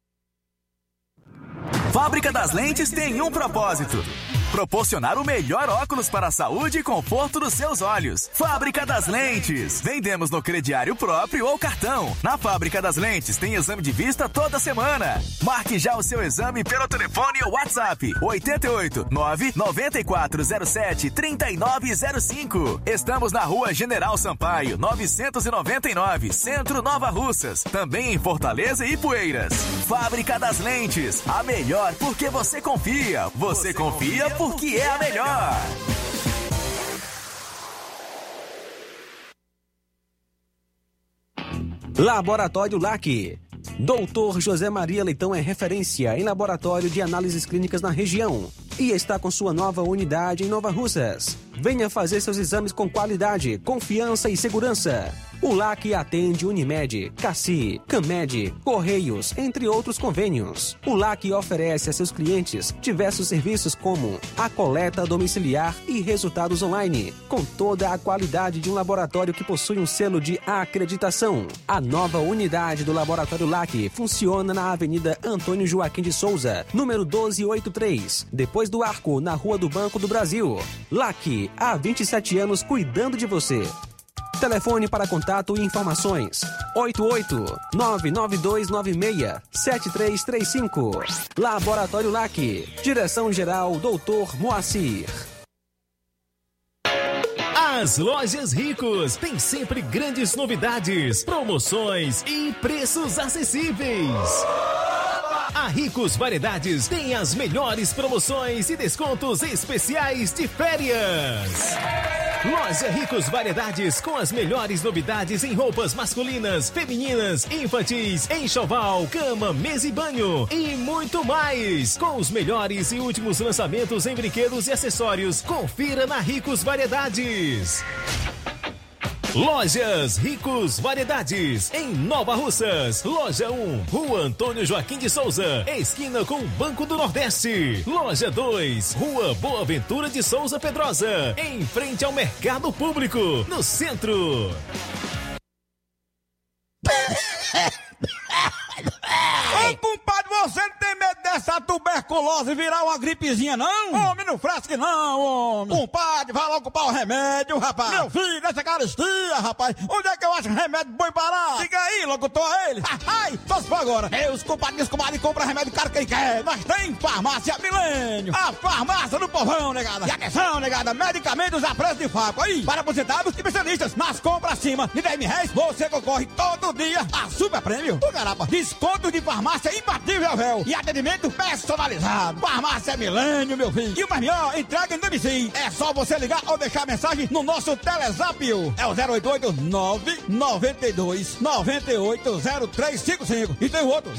Fábrica das Lentes tem um propósito: proporcionar o melhor óculos para a saúde e conforto dos seus olhos. Fábrica das Lentes. Vendemos no crediário próprio ou cartão. Na Fábrica das Lentes tem exame de vista toda semana. Marque já o seu exame pelo telefone ou WhatsApp 88-99407-3905. Estamos na Rua General Sampaio, 999, Centro Nova Russas. Também em Fortaleza e Ipueiras. Fábrica das Lentes. A melhor porque você confia. Você confia porque é a melhor. Laboratório LAC. Doutor José Maria Leitão é referência em laboratório de análises clínicas na região e está com sua nova unidade em Nova Russas. Venha fazer seus exames com qualidade, confiança e segurança. O LAC atende Unimed, Cassi, Camed, Correios, entre outros convênios. O LAC oferece a seus clientes diversos serviços como a coleta domiciliar e resultados online, com toda a qualidade de um laboratório que possui um selo de acreditação. A nova unidade do Laboratório LAC funciona na Avenida Antônio Joaquim de Souza, número 1283, depois do Arco, na Rua do Banco do Brasil. LAC, há 27 anos cuidando de você. Telefone para contato e informações: 88-99296-7335. Laboratório LAC. Direção-Geral Dr. Moacir. As Lojas Ricos têm sempre grandes novidades, promoções e preços acessíveis. A Ricos Variedades tem as melhores promoções e descontos especiais de férias. Loja Ricos Variedades com as melhores novidades em roupas masculinas, femininas, infantis, enxoval, cama, mesa e banho e muito mais. Com os melhores e últimos lançamentos em brinquedos e acessórios, confira na Ricos Variedades. Lojas Ricos Variedades, em Nova Russas. Loja 1, Rua Antônio Joaquim de Souza, esquina com o Banco do Nordeste. Loja 2, Rua Boa Ventura de Souza Pedrosa, em frente ao Mercado Público, no centro. Ô, compadre, você não tem medo dessa tuberculose? tuberculose virar uma gripezinha, não? Homem, não fresque não, homem. Compadre, vai logo comprar o remédio, rapaz. Meu filho, essa caristia, rapaz. Onde é que eu acho remédio bom parar? Diga aí, locutor, ele. Ai, só se for agora. Meus compadres, compra remédio caro quem quer. Nós tem Farmácia Milênio. A farmácia do povão, negada. E atenção, negada, medicamentos a preço de fábrica. Aí, para aposentados e especialistas. Nas compras acima de R$10, você concorre todo dia a super prêmio. O garapa, descontos de farmácia imbatível, véu. E atendimento personalizado. Farmácia Milênio, meu filho. E o mais melhor, entrega em domicílio. É só você ligar ou deixar mensagem no nosso Telezap. É o 088-992-980355. E tem o outro,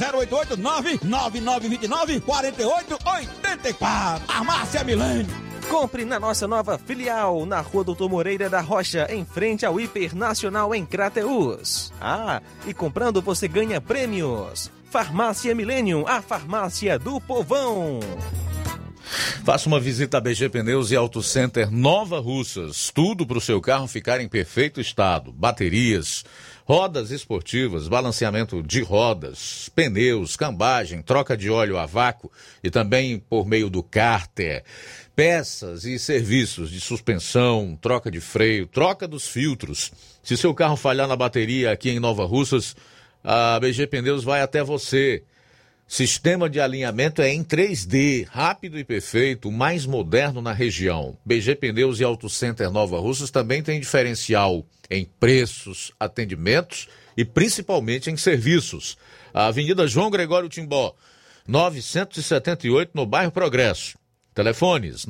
088-99929-4884. Farmácia Milênio. Compre na nossa nova filial, na Rua Doutor Moreira da Rocha, em frente ao Hipernacional em Crateús. Ah, e comprando você ganha prêmios. Farmácia Milênio, a farmácia do povão. Faça uma visita a BG Pneus e Auto Center Nova Russas. Tudo para o seu carro ficar em perfeito estado. Baterias, rodas esportivas, balanceamento de rodas, pneus, cambagem, troca de óleo a vácuo e também por meio do cárter. Peças e serviços de suspensão, troca de freio, troca dos filtros. Se seu carro falhar na bateria aqui em Nova Russas, a BG Pneus vai até você. Sistema de alinhamento é em 3D, rápido e perfeito, o mais moderno na região. BG Pneus e Auto Center Nova Russas também tem diferencial em preços, atendimentos e principalmente em serviços. A Avenida João Gregório Timbó, 978, no bairro Progresso. Telefones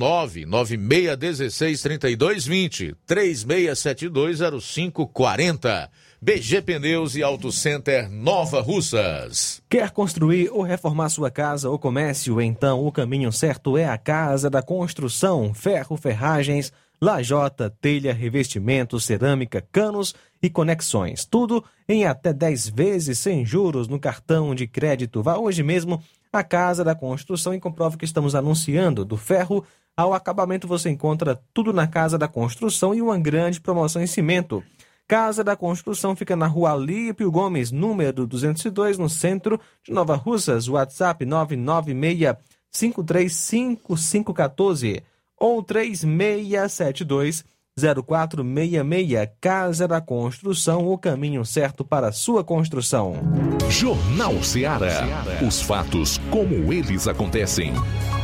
996163220, 36720540. BG Pneus e Auto Center Nova Russas. Quer construir ou reformar sua casa ou comércio? Então o caminho certo é a Casa da Construção. Ferro, ferragens, lajota, telha, revestimento, cerâmica, canos e conexões. Tudo em até 10 vezes sem juros no cartão de crédito. Vá hoje mesmo à Casa da Construção e comprove que estamos anunciando. Do ferro ao acabamento você encontra tudo na Casa da Construção e uma grande promoção em cimento. Casa da Construção fica na Rua Alípio Gomes, número 202, no centro de Nova Russas. WhatsApp 996535514 ou 36720466. Casa da Construção, o caminho certo para a sua construção. Jornal Ceará. Os fatos como eles acontecem.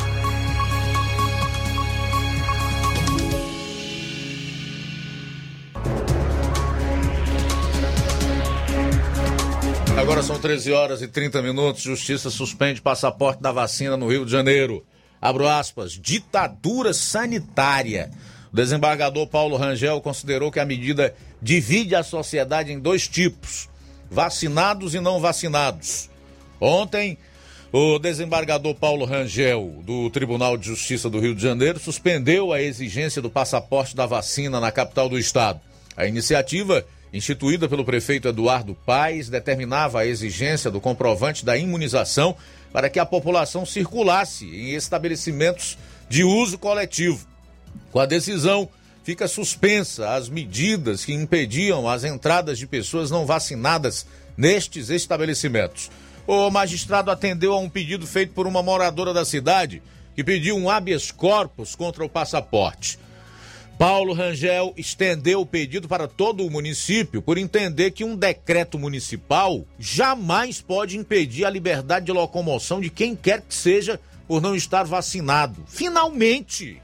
Agora são 13 horas e 30 minutos. Justiça suspende passaporte da vacina no Rio de Janeiro. Abro aspas, ditadura sanitária. O desembargador Paulo Rangel considerou que a medida divide a sociedade em dois tipos, vacinados e não vacinados. Ontem, o desembargador Paulo Rangel, do Tribunal de Justiça do Rio de Janeiro, suspendeu a exigência do passaporte da vacina na capital do estado. A iniciativa, instituída pelo prefeito Eduardo Paes, determinava a exigência do comprovante da imunização para que a população circulasse em estabelecimentos de uso coletivo. Com a decisão, fica suspensa as medidas que impediam as entradas de pessoas não vacinadas nestes estabelecimentos. O magistrado atendeu a um pedido feito por uma moradora da cidade que pediu um habeas corpus contra o passaporte. Paulo Rangel estendeu o pedido para todo o município por entender que um decreto municipal jamais pode impedir a liberdade de locomoção de quem quer que seja por não estar vacinado. Finalmente!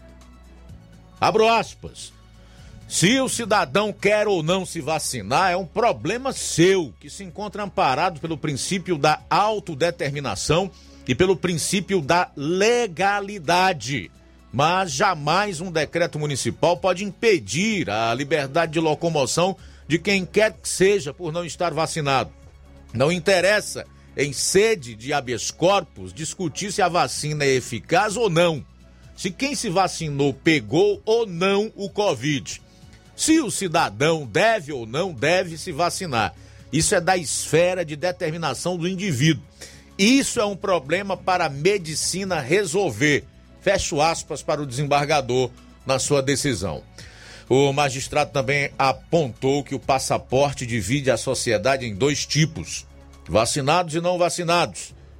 Abro aspas. Se o cidadão quer ou não se vacinar, é um problema seu, que se encontra amparado pelo princípio da autodeterminação e pelo princípio da legalidade. Mas jamais um decreto municipal pode impedir a liberdade de locomoção de quem quer que seja por não estar vacinado. Não interessa, em sede de habeas corpus, discutir se a vacina é eficaz ou não, se quem se vacinou pegou ou não o Covid, se o cidadão deve ou não deve se vacinar. Isso é da esfera de determinação do indivíduo. Isso é um problema para a medicina resolver. Fecho aspas para o desembargador na sua decisão. O magistrado também apontou que o passaporte divide a sociedade em dois tipos, vacinados e não vacinados.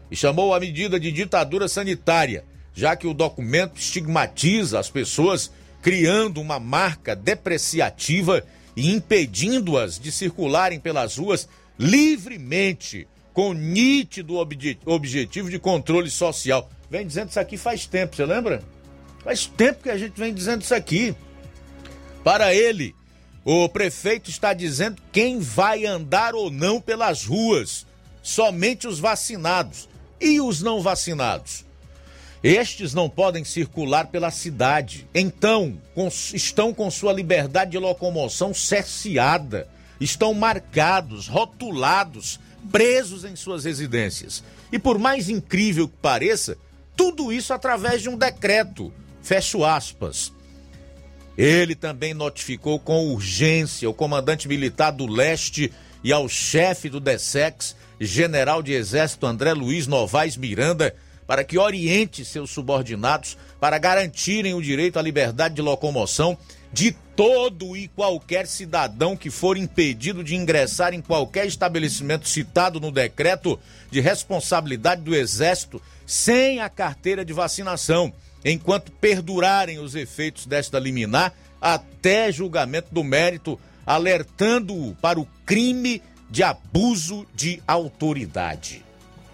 e chamou a medida de ditadura sanitária, já que o documento estigmatiza as pessoas, criando uma marca depreciativa e impedindo-as de circularem pelas ruas livremente, com nítido objetivo de controle social. Vem dizendo isso aqui faz tempo, você lembra? Faz tempo que a gente vem dizendo isso aqui. Para ele, o prefeito está dizendo quem vai andar ou não pelas ruas, somente os vacinados. E os não vacinados? Estes não podem circular pela cidade, então estão com sua liberdade de locomoção cerceada, estão marcados, rotulados, presos em suas residências. E por mais incrível que pareça, tudo isso através de um decreto, fecho aspas. Ele também notificou com urgência o comandante militar do Leste e ao chefe do DESEX, general de Exército André Luiz Novaes Miranda, para que oriente seus subordinados para garantirem o direito à liberdade de locomoção de todo e qualquer cidadão que for impedido de ingressar em qualquer estabelecimento citado no decreto de responsabilidade do Exército sem a carteira de vacinação, enquanto perdurarem os efeitos desta liminar até julgamento do mérito, alertando-o para o crime de abuso de autoridade.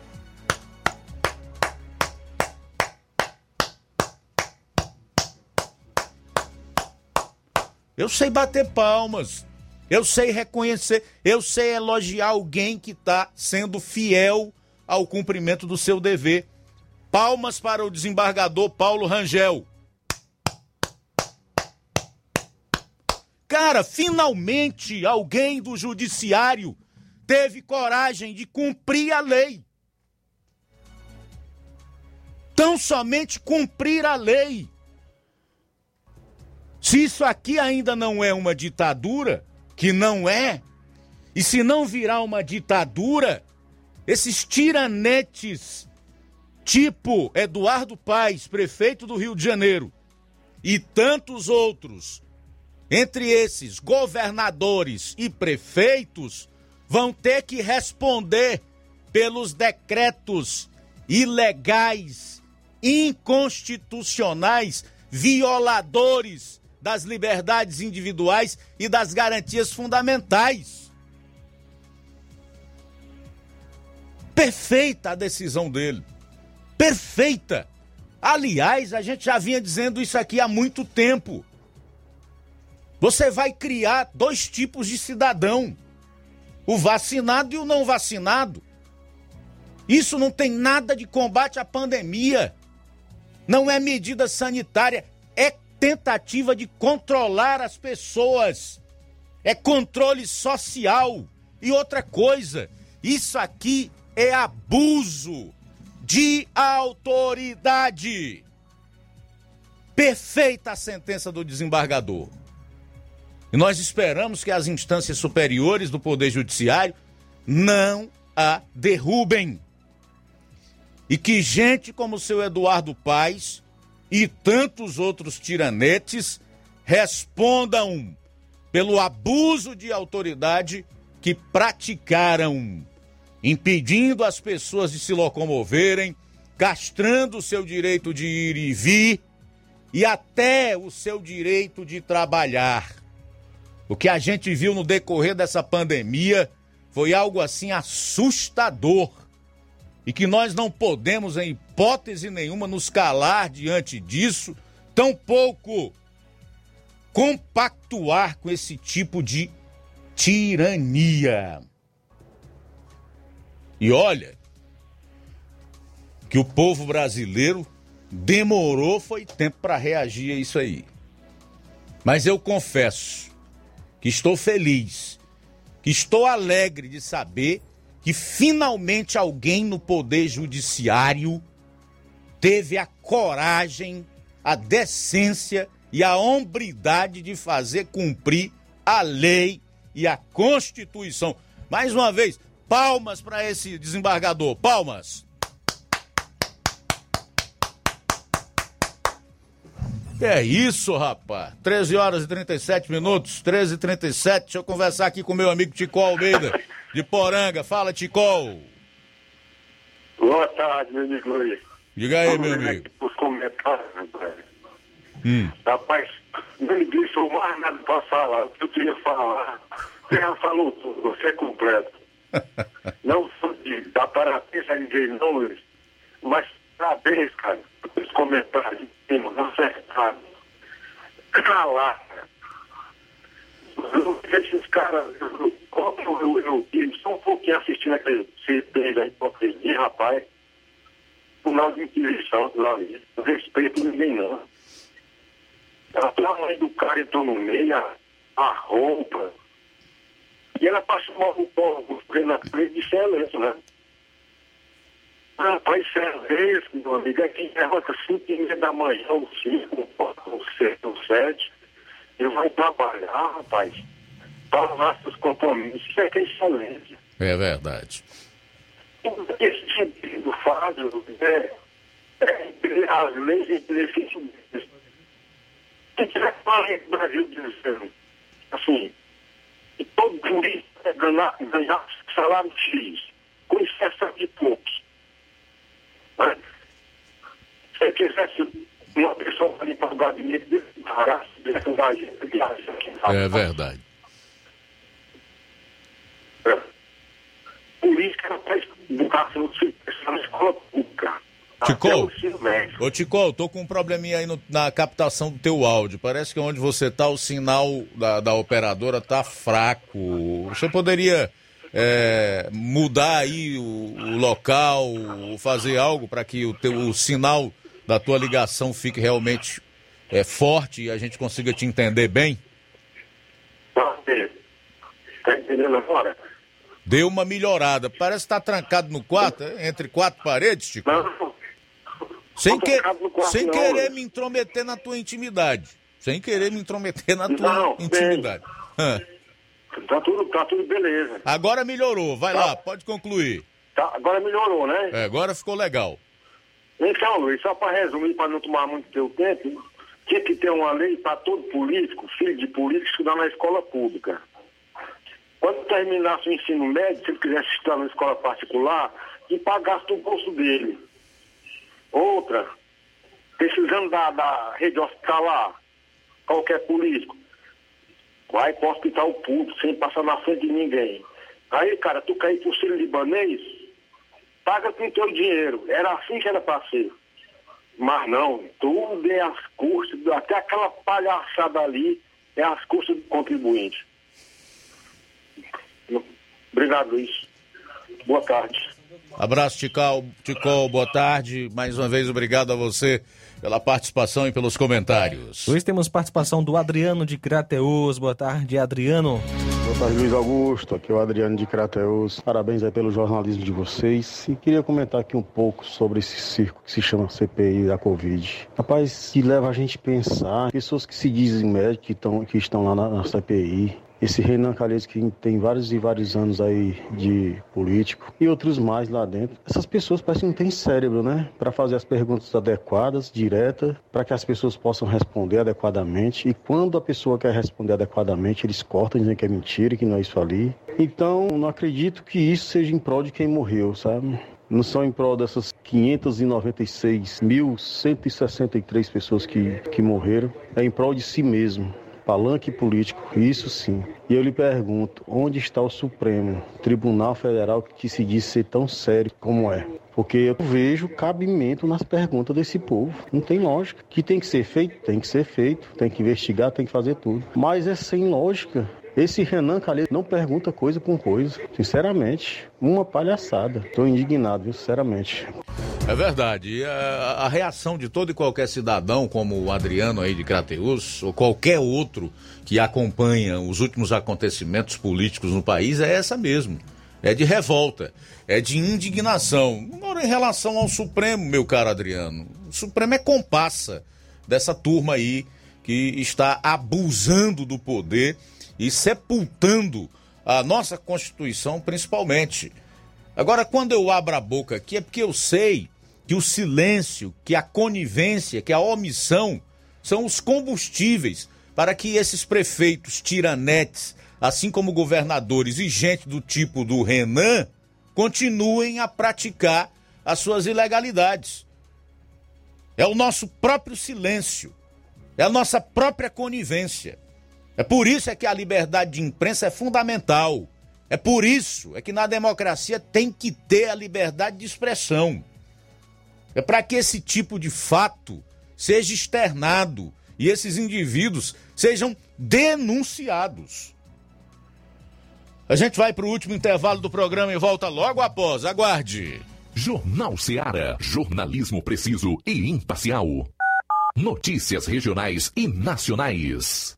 Eu sei bater palmas, eu sei reconhecer, eu sei elogiar alguém que está sendo fiel ao cumprimento do seu dever. Palmas para o desembargador Paulo Rangel. Cara, finalmente alguém do judiciário teve coragem de cumprir a lei. Tão somente cumprir a lei. Se isso aqui ainda não é uma ditadura, que não é, e se não virar uma ditadura, esses tiranetes tipo Eduardo Paes, prefeito do Rio de Janeiro, e tantos outros, entre esses governadores e prefeitos, vão ter que responder pelos decretos ilegais, inconstitucionais, violadores das liberdades individuais e das garantias fundamentais. Perfeita a decisão dele. Perfeita. Aliás, a gente já vinha dizendo isso aqui há muito tempo. Você vai criar dois tipos de cidadão: o vacinado e o não vacinado. Isso não tem nada de combate à pandemia. Não é medida sanitária, é tentativa de controlar as pessoas, é controle social. E outra coisa, isso aqui é abuso de autoridade. Perfeita a sentença do desembargador. E nós esperamos que as instâncias superiores do Poder Judiciário não a derrubem. E que gente como o seu Eduardo Paes e tantos outros tiranetes respondam pelo abuso de autoridade que praticaram, impedindo as pessoas de se locomoverem, castrando o seu direito de ir e vir e até o seu direito de trabalhar. O que a gente viu no decorrer dessa pandemia foi algo assim assustador e que nós não podemos, em hipótese nenhuma, nos calar diante disso, tampouco compactuar com esse tipo de tirania. E olha, que o povo brasileiro demorou, foi tempo para reagir a isso aí. Mas eu confesso que estou feliz, que estou alegre de saber que finalmente alguém no Poder Judiciário teve a coragem, a decência e a hombridade de fazer cumprir a lei e a Constituição. Mais uma vez, palmas para esse desembargador, palmas. É isso, rapaz. 13 horas e 37 minutos, 13h37. Deixa eu conversar aqui com meu amigo Ticol Almeida, de Poranga. Fala, Ticol. Boa tarde, meu amigo Luiz. Diga aí, meu amigo. Os comentários, rapaz. Rapaz, não me disse mais nada pra falar. O que eu queria falar, você já falou tudo, você é completo. Não sou de dar parabéns a ninguém, não, Luiz. Mas parabéns, cara, os comentários, acertados. Calaca. Esses caras, eu só um pouquinho assistindo aquele CP da hipocrisia, rapaz. Por nós de inquisição, lá, não respeito ninguém, não. A mãe do cara entrou no meio, a roupa. E ela passou o povo na frente de excelência, né? Rapaz, excelência, meu amigo, aqui levanta 5h30 da manhã, ou 5, ou 6, ou 7. Ele vai trabalhar, rapaz, para os nossos compromissos. Isso é que é excelência. É verdade. Esse sentido faz as leis em benefício deles. Se tiver que no Brasil dizendo assim, que todo político é ganhar salário X, com exceção de poucos. Mas, se ele quisesse uma pessoa ali para o gabinete dele, é verdade. Política era para educação na escola pública. Ticol, tô com um probleminha aí na captação do teu áudio. Parece que onde você tá, o sinal da operadora tá fraco. Você poderia mudar aí o local, fazer algo para que o sinal da tua ligação fique realmente forte e a gente consiga te entender bem? Tá entendendo agora? Deu uma melhorada. Parece que tá trancado no quarto, entre quatro paredes, Tico. Não. Sem querer me intrometer na tua intimidade. Intimidade. Tá tudo beleza. Agora melhorou. Vai lá, pode concluir. Tá, agora melhorou, né? Agora ficou legal. Então, Luiz, só para resumir, para não tomar muito teu tempo, tinha que ter uma lei para todo político, filho de político, estudar na escola pública. Quando terminasse o ensino médio, se ele quisesse estudar na escola particular, que pagasse do bolso dele. Outra, precisando da rede hospitalar, qualquer político, vai para o hospital público, sem passar na frente de ninguém. Aí, cara, tu quer ir pro Sírio Libanês, paga com o teu dinheiro. Era assim que era para ser. Mas não, tudo é às custas, até aquela palhaçada ali é às custas do contribuinte. Obrigado, Luiz. Boa tarde. Abraço, Ticol, boa tarde. Mais uma vez, obrigado a você pela participação e pelos comentários. Hoje temos participação do Adriano de Crateús. Boa tarde, Adriano. Boa tarde, Luiz Augusto. Aqui é o Adriano de Crateús. Parabéns aí pelo jornalismo de vocês. E queria comentar aqui um pouco sobre esse circo que se chama CPI da Covid. Rapaz, que leva a gente a pensar, pessoas que se dizem médicos que estão lá na CPI. Esse Renan Calheiros que tem vários e vários anos aí de político e outros mais lá dentro. Essas pessoas parecem que não têm cérebro, né? Para fazer as perguntas adequadas, diretas, para que as pessoas possam responder adequadamente. E quando a pessoa quer responder adequadamente, eles cortam, dizem que é mentira, que não é isso ali. Então, não acredito que isso seja em prol de quem morreu, sabe? Não são em prol dessas 596.163 pessoas que morreram. É em prol de si mesmo. Palanque político, isso sim. E eu lhe pergunto, onde está o Supremo Tribunal Federal que se diz ser tão sério como é? Porque eu vejo cabimento nas perguntas desse povo. Não tem lógica. Que tem que ser feito? Tem que ser feito. Tem que investigar, tem que fazer tudo. Mas é sem lógica. Esse Renan Calheiros não pergunta coisa com coisa. Sinceramente, uma palhaçada. Estou indignado, viu? Sinceramente. É verdade. E a reação de todo e qualquer cidadão, como o Adriano aí de Crateús, ou qualquer outro que acompanha os últimos acontecimentos políticos no país, é essa mesmo. É de revolta, é de indignação. Agora, em relação ao Supremo, meu caro Adriano, o Supremo é comparsa dessa turma aí que está abusando do poder e sepultando a nossa Constituição, principalmente. Agora, quando eu abro a boca aqui, é porque eu sei que o silêncio, que a conivência, que a omissão são os combustíveis para que esses prefeitos tiranetes, assim como governadores e gente do tipo do Renan, continuem a praticar as suas ilegalidades. É o nosso próprio silêncio, é a nossa própria conivência. É por isso que a liberdade de imprensa é fundamental. É por isso que na democracia tem que ter a liberdade de expressão. É para que esse tipo de fato seja externado e esses indivíduos sejam denunciados. A gente vai para o último intervalo do programa e volta logo após. Aguarde. Jornal Ceará. Jornalismo preciso e imparcial. Notícias regionais e nacionais.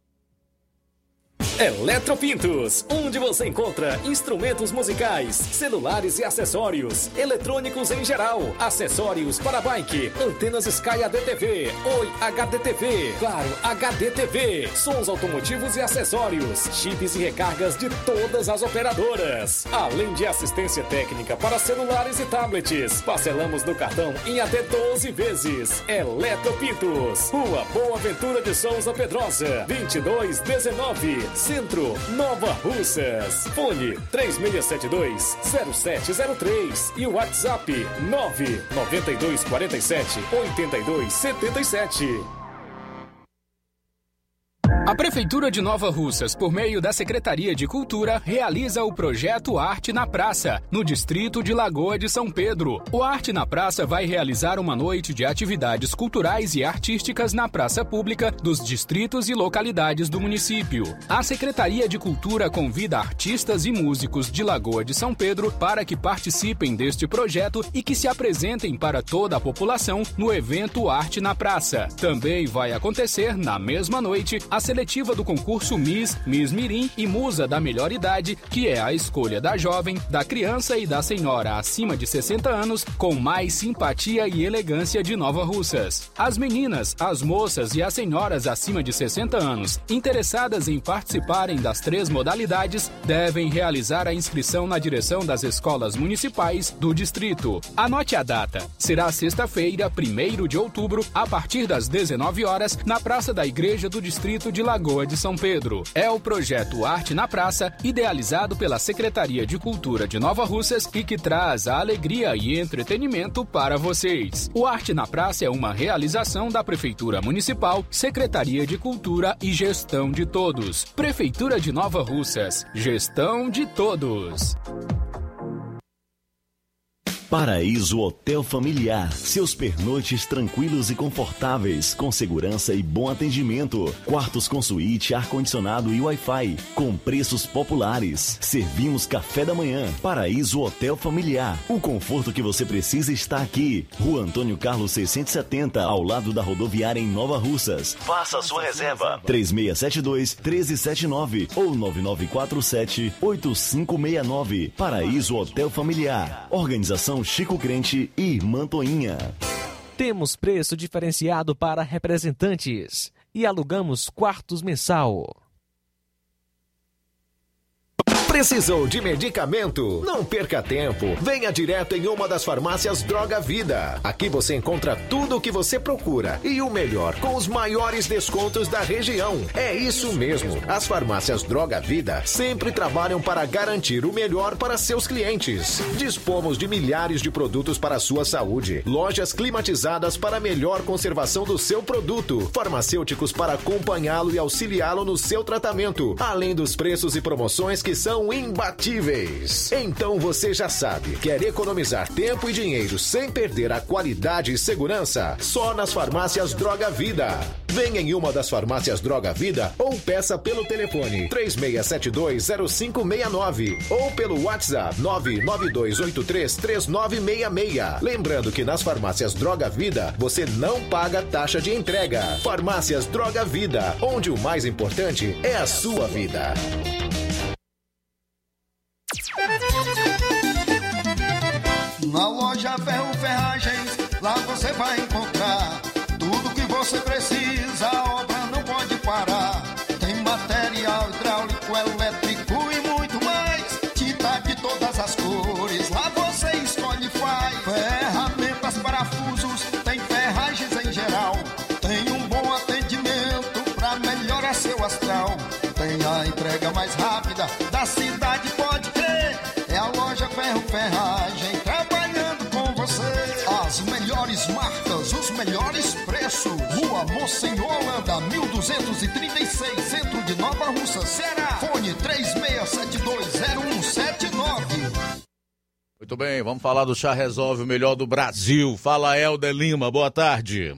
Eletropintos, onde você encontra instrumentos musicais, celulares e acessórios, eletrônicos em geral, acessórios para bike, antenas Sky ADTV, Oi HDTV, Claro HDTV, sons automotivos e acessórios, chips e recargas de todas as operadoras, além de assistência técnica para celulares e tablets. Parcelamos no cartão em até 12 vezes. Eletropintos, Rua Boa Ventura de Souza Pedrosa, 2219, Centro, Nova Russas. Fone 3672-0703 e o WhatsApp 99247-8277. A Prefeitura de Nova Russas, por meio da Secretaria de Cultura, realiza o projeto Arte na Praça, no distrito de Lagoa de São Pedro. O Arte na Praça vai realizar uma noite de atividades culturais e artísticas na praça pública dos distritos e localidades do município. A Secretaria de Cultura convida artistas e músicos de Lagoa de São Pedro para que participem deste projeto e que se apresentem para toda a população no evento Arte na Praça. Também vai acontecer, na mesma noite, a seletiva do concurso Miss Mirim e Musa da Melhor Idade, que é a escolha da jovem, da criança e da senhora acima de 60 anos com mais simpatia e elegância de Nova Russas. As meninas, as moças e as senhoras acima de 60 anos interessadas em participarem das 3 modalidades devem realizar a inscrição na direção das escolas municipais do distrito. Anote a data. Será sexta-feira, 1º de outubro, a partir das 19 horas, na Praça da Igreja do Distrito de Lagoa de São Pedro. É o projeto Arte na Praça, idealizado pela Secretaria de Cultura de Nova Russas e que traz a alegria e entretenimento para vocês. O Arte na Praça é uma realização da Prefeitura Municipal, Secretaria de Cultura e Gestão de Todos. Prefeitura de Nova Russas, gestão de todos. Paraíso Hotel Familiar. Seus pernoites tranquilos e confortáveis, com segurança e bom atendimento. Quartos com suíte, ar-condicionado e Wi-Fi, com preços populares. Servimos café da manhã. Paraíso Hotel Familiar. O conforto que você precisa está aqui. Rua Antônio Carlos 670, ao lado da rodoviária em Nova Russas. Faça a sua reserva. 3672-1379 ou 9947-8569. Paraíso Hotel Familiar. Organização Chico Crente e Mantoinha. Temos preço diferenciado para representantes e alugamos quartos mensal. Precisou de medicamento? Não perca tempo. Venha direto em uma das farmácias Droga Vida. Aqui você encontra tudo o que você procura e o melhor, com os maiores descontos da região. É isso mesmo. As farmácias Droga Vida sempre trabalham para garantir o melhor para seus clientes. Dispomos de milhares de produtos para a sua saúde. Lojas climatizadas para melhor conservação do seu produto. Farmacêuticos para acompanhá-lo e auxiliá-lo no seu tratamento. Além dos preços e promoções que são imbatíveis. Então você já sabe, quer economizar tempo e dinheiro sem perder a qualidade e segurança? Só nas farmácias Droga Vida. Venha em uma das farmácias Droga Vida ou peça pelo telefone 36720569 ou pelo WhatsApp 992833966. Lembrando que nas farmácias Droga Vida você não paga taxa de entrega. Farmácias Droga Vida, onde o mais importante é a sua vida. Na loja Ferro Ferragens, lá você vai encontrar tudo que você precisa, a obra não pode parar. Tem material hidráulico, elétrico e muito mais, tinta de todas as cores, lá você escolhe e faz. Ferramentas, parafusos, tem ferragens em geral, tem um bom atendimento pra melhorar seu astral. Tem a entrega mais rápida da cidade, pode crer, é a loja Ferro Ferragem trabalhando com você. melhores preços. Rua Monsenhor Holanda, 1236, centro de Nova Russa, Ceará. Fone 36720179. Muito bem, vamos falar do Chá Resolve, o melhor do Brasil. Fala, Helder Lima, boa tarde.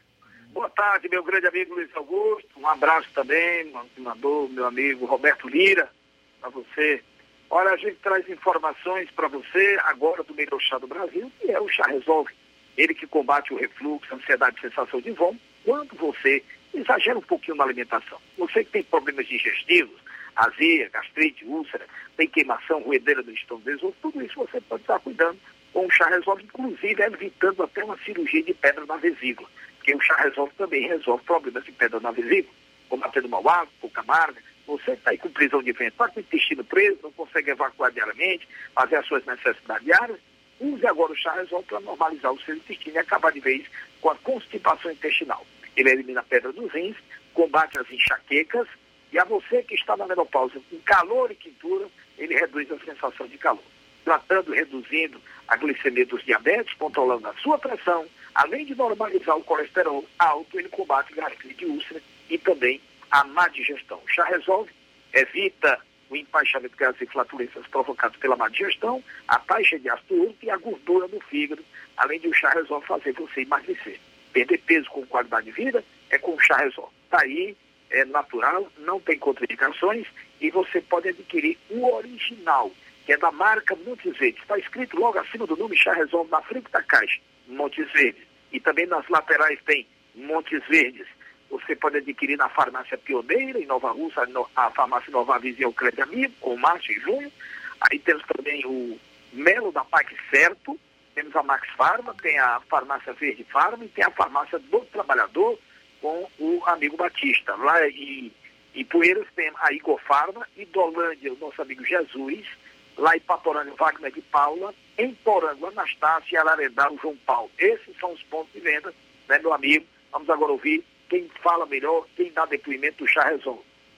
Boa tarde, meu grande amigo Luiz Augusto. Um abraço também, meu amigo Roberto Lira, para você. Olha, a gente traz informações para você agora do melhor chá do Brasil, que é o Chá Resolve. Ele que combate o refluxo, a ansiedade e sensação de vômito, quando você exagera um pouquinho na alimentação. Você que tem problemas digestivos, azia, gastrite, úlcera, tem queimação, roedeira do estômago, esôfago, tudo isso você pode estar cuidando com o Chá Resolve, inclusive evitando até uma cirurgia de pedra na vesícula, porque o Chá Resolve também resolve problemas de pedra na vesícula, combatendo mau hálito, pouca amarga. Você que está aí com prisão de ventre, está com o intestino preso, não consegue evacuar diariamente, fazer as suas necessidades diárias, use agora o Chá Resolve para normalizar o seu intestino e acabar de vez com a constipação intestinal. Ele elimina a pedra dos rins, combate as enxaquecas, e a você que está na menopausa com calor e quintura, ele reduz a sensação de calor. Tratando, reduzindo a glicemia dos diabetes, controlando a sua pressão, além de normalizar o colesterol alto, ele combate gastrite e úlcera e também a má digestão. O Chá Resolve evita o empaixamento de gases e flatulências provocados pela má digestão, a taxa de ácido úrico e a gordura no fígado, além de o Chá Resolve fazer você emagrecer. Perder peso com qualidade de vida é com o Chá Resolve. Está aí, é natural, não tem contraindicações e você pode adquirir o original, que é da marca Montes Verdes. Está escrito logo acima do nome Chá Resolve na frente da caixa, Montes Verdes. E também nas laterais tem Montes Verdes. Você pode adquirir na farmácia Pioneira, em Nova Russa, a farmácia Nova Vizinha, o Crédito Amigo, com março e junho. Aí temos também o Melo da Pac Certo, temos a Max Farma, tem a farmácia Verde Farma e tem a farmácia do Trabalhador com o amigo Batista. Lá em Poeiras tem a Igor Farma, em Dolândia o nosso amigo Jesus, lá em Paporanga Wagner de Paula, em Porango Anastácio e Ararendá o João Paulo. Esses são os pontos de venda, né, meu amigo? Vamos agora ouvir quem fala melhor, quem dá depoimento do Chá Resolve.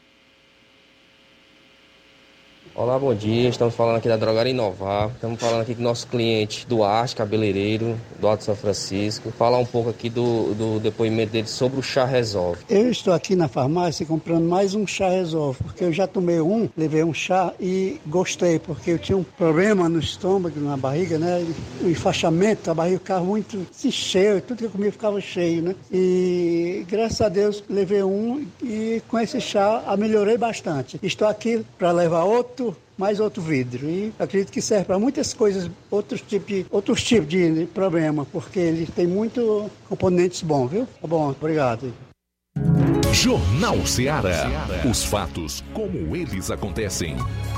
Olá, bom dia. Estamos falando aqui da Drogaria Inovar. Estamos falando aqui com nosso cliente Duarte, cabeleireiro, do Alto São Francisco. Falar um pouco aqui do depoimento dele sobre o Chá Resolve. Eu estou aqui na farmácia comprando mais um Chá Resolve, porque eu já tomei levei um chá e gostei, porque eu tinha um problema no estômago, na barriga, né? O enfaixamento da barriga ficava muito cheio, tudo que eu comia ficava cheio, né? E graças a Deus levei um e com esse chá melhorei bastante. Estou aqui para levar mais outro vidro. E acredito que serve para muitas coisas, outros tipos de problema, porque ele tem muitos componentes bons, viu? Tá bom, obrigado. Jornal Ceará. Os fatos como eles acontecem.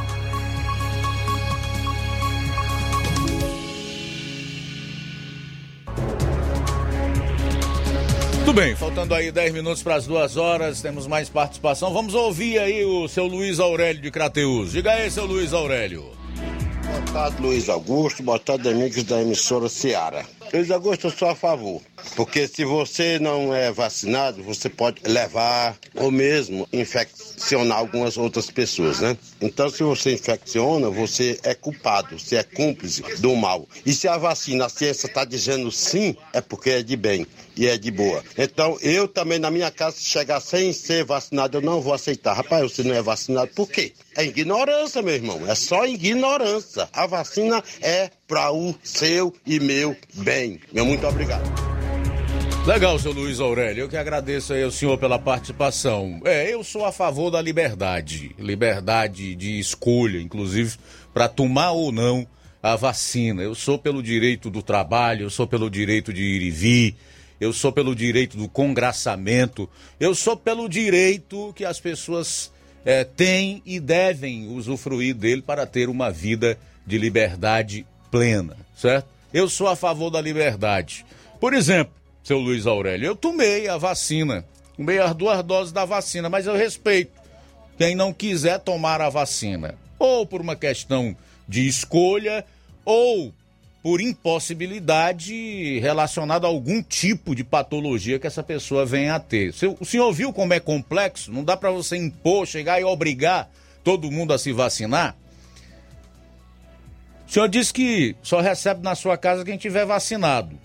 Muito bem, faltando aí 10 minutos para as 2 horas, temos mais participação. Vamos ouvir aí o seu Luiz Aurélio de Crateús. Diga aí, seu Luiz Aurélio. Boa tarde, Luiz Augusto. Boa tarde, amigos da emissora Ceará. Luiz Augusto, eu sou a favor, porque se você não é vacinado, você pode levar ou mesmo infeccionar algumas outras pessoas, né? Então, se você infecciona, você é culpado, você é cúmplice do mal. E se a vacina, a ciência está dizendo sim, é porque é de bem e é de boa. Então, eu também na minha casa, se chegar sem ser vacinado, eu não vou aceitar. Rapaz, você não é vacinado, por quê? É ignorância, meu irmão, é só ignorância. A vacina é para o seu e meu bem. Meu muito obrigado. Legal, seu Luiz Aurélio, eu que agradeço aí ao senhor pela participação. Eu sou a favor da liberdade de escolha, inclusive, para tomar ou não a vacina. Eu sou pelo direito do trabalho, eu sou pelo direito de ir e vir, eu sou pelo direito do congraçamento, eu sou pelo direito que as pessoas têm e devem usufruir dele para ter uma vida de liberdade plena, certo? Eu sou a favor da liberdade. Por exemplo, seu Luiz Aurélio, eu tomei a vacina, tomei as 2 doses da vacina, mas eu respeito quem não quiser tomar a vacina, ou por uma questão de escolha, ou por impossibilidade relacionada a algum tipo de patologia que essa pessoa venha a ter. O senhor viu como é complexo? Não dá para você impor, chegar e obrigar todo mundo a se vacinar? O senhor disse que só recebe na sua casa quem tiver vacinado.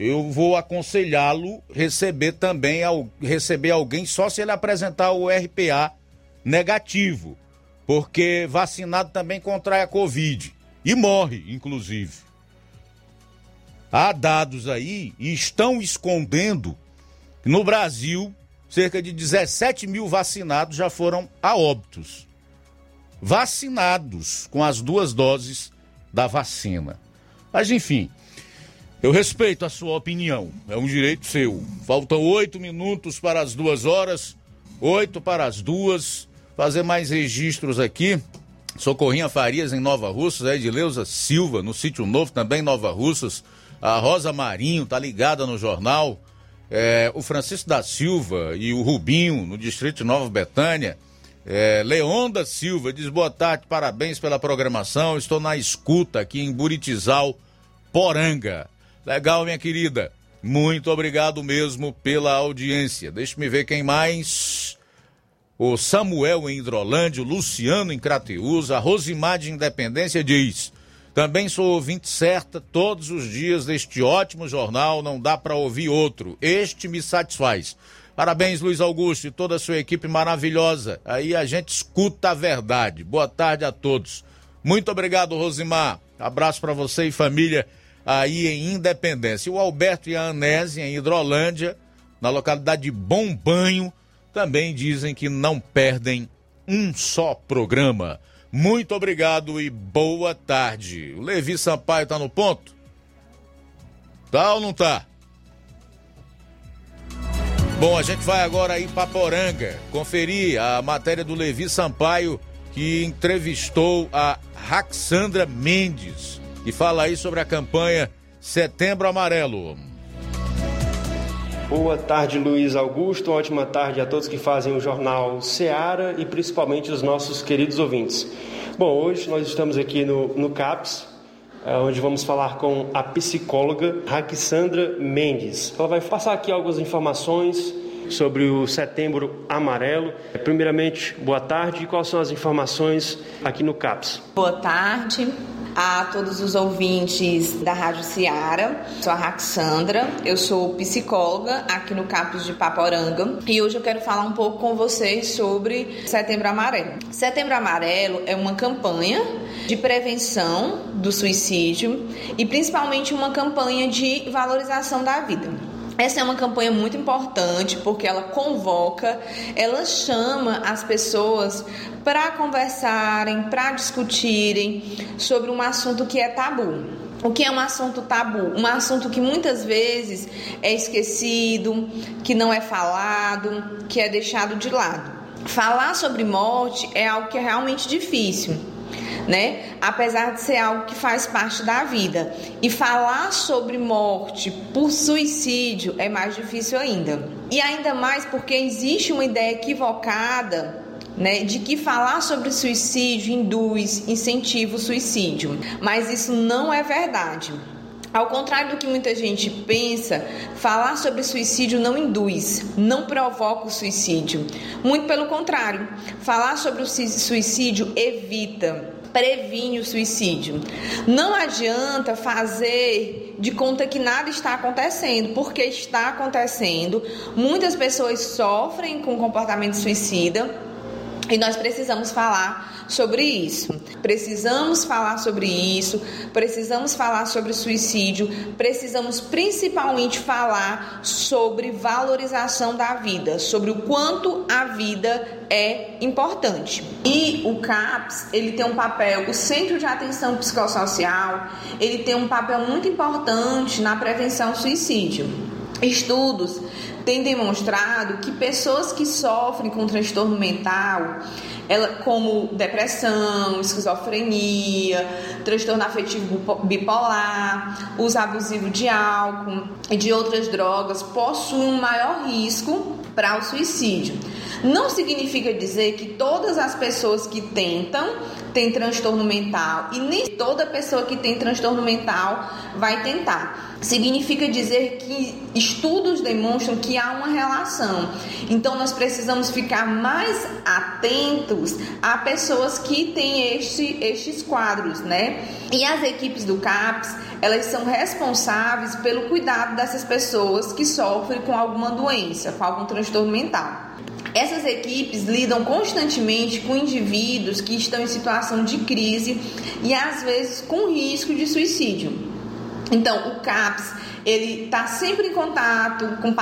eu vou aconselhá-lo receber alguém só se ele apresentar o RPA negativo, porque vacinado também contrai a Covid e morre, inclusive. Há dados aí e estão escondendo que no Brasil cerca de 17 mil vacinados já foram a óbitos. Vacinados com as 2 doses da vacina. Mas enfim, eu respeito a sua opinião, é um direito seu. Faltam 8 minutos para as 2 horas, 8 para as 2. Fazer mais registros aqui. Socorrinha Farias em Nova Russas, a Edileuza Silva no Sítio Novo, também em Nova Russas. A Rosa Marinho tá ligada no jornal. O Francisco da Silva e o Rubinho no Distrito de Nova Betânia. Leonda Silva diz: boa tarde, parabéns pela programação, estou na escuta aqui em Buritizal, Poranga. Legal, minha querida, muito obrigado mesmo pela audiência. Deixa-me ver quem mais. O Samuel em Hidrolândia, o Luciano em Crateús, a Rosimar de Independência diz: também sou ouvinte certa todos os dias deste ótimo jornal, não dá para ouvir outro, este me satisfaz. Parabéns, Luiz Augusto e toda a sua equipe maravilhosa. Aí a gente escuta a verdade. Boa tarde a todos. Muito obrigado, Rosimar. Abraço para você e família aí em Independência. O Alberto e a Anésia em Hidrolândia, na localidade de Bom Banho, também dizem que não perdem um só programa. Muito obrigado e boa tarde. O Levi Sampaio tá no ponto? Tá ou não tá? Bom, a gente vai agora aí para Poranga, conferir a matéria do Levi Sampaio, que entrevistou a Raxandra Mendes, e fala aí sobre a campanha Setembro Amarelo. Boa tarde, Luiz Augusto. Ótima tarde a todos que fazem o Jornal Seara e principalmente os nossos queridos ouvintes. Bom, hoje nós estamos aqui no CAPS, onde vamos falar com a psicóloga Raxandra Mendes. Ela vai passar aqui algumas informações sobre o Setembro Amarelo. Primeiramente, boa tarde. E quais são as informações aqui no CAPS? Boa tarde a todos os ouvintes da Rádio Seara. Sou a Raxandra, eu sou psicóloga aqui no CAPS de Paporanga e hoje eu quero falar um pouco com vocês sobre Setembro Amarelo. Setembro Amarelo é uma campanha de prevenção do suicídio e principalmente uma campanha de valorização da vida. Essa é uma campanha muito importante porque ela convoca, ela chama as pessoas para conversarem, para discutirem sobre um assunto que é tabu. O que é um assunto tabu? Um assunto que muitas vezes é esquecido, que não é falado, que é deixado de lado. Falar sobre morte é algo que é realmente difícil, né? Apesar de ser algo que faz parte da vida. E falar sobre morte por suicídio é mais difícil ainda. E ainda mais porque existe uma ideia equivocada, né, de que falar sobre suicídio induz, incentiva o suicídio. Mas isso não é verdade. Ao contrário do que muita gente pensa, falar sobre suicídio não induz, não provoca o suicídio. Muito pelo contrário, falar sobre o suicídio evita, previne o suicídio. Não adianta fazer de conta que nada está acontecendo, porque está acontecendo. Muitas pessoas sofrem com comportamento suicida e nós precisamos falar sobre isso. Precisamos falar sobre isso, precisamos falar sobre suicídio, precisamos principalmente falar sobre valorização da vida, sobre o quanto a vida é importante. E o CAPS, ele tem um papel, o Centro de Atenção Psicossocial, ele tem um papel muito importante na prevenção ao suicídio. Estudos têm demonstrado que pessoas que sofrem com transtorno mental, como depressão, esquizofrenia, transtorno afetivo bipolar, uso abusivo de álcool e de outras drogas, possuem um maior risco para o suicídio. Não significa dizer que todas as pessoas que tentam tem transtorno mental e nem toda pessoa que tem transtorno mental vai tentar. Significa dizer que estudos demonstram que há uma relação. Então nós precisamos ficar mais atentos a pessoas que têm estes quadros, né? E as equipes do CAPS, elas são responsáveis pelo cuidado dessas pessoas que sofrem com alguma doença, com algum transtorno mental. Essas equipes lidam constantemente com indivíduos que estão em situação de crise e às vezes com risco de suicídio. Então, o CAPS, ele está sempre em contato com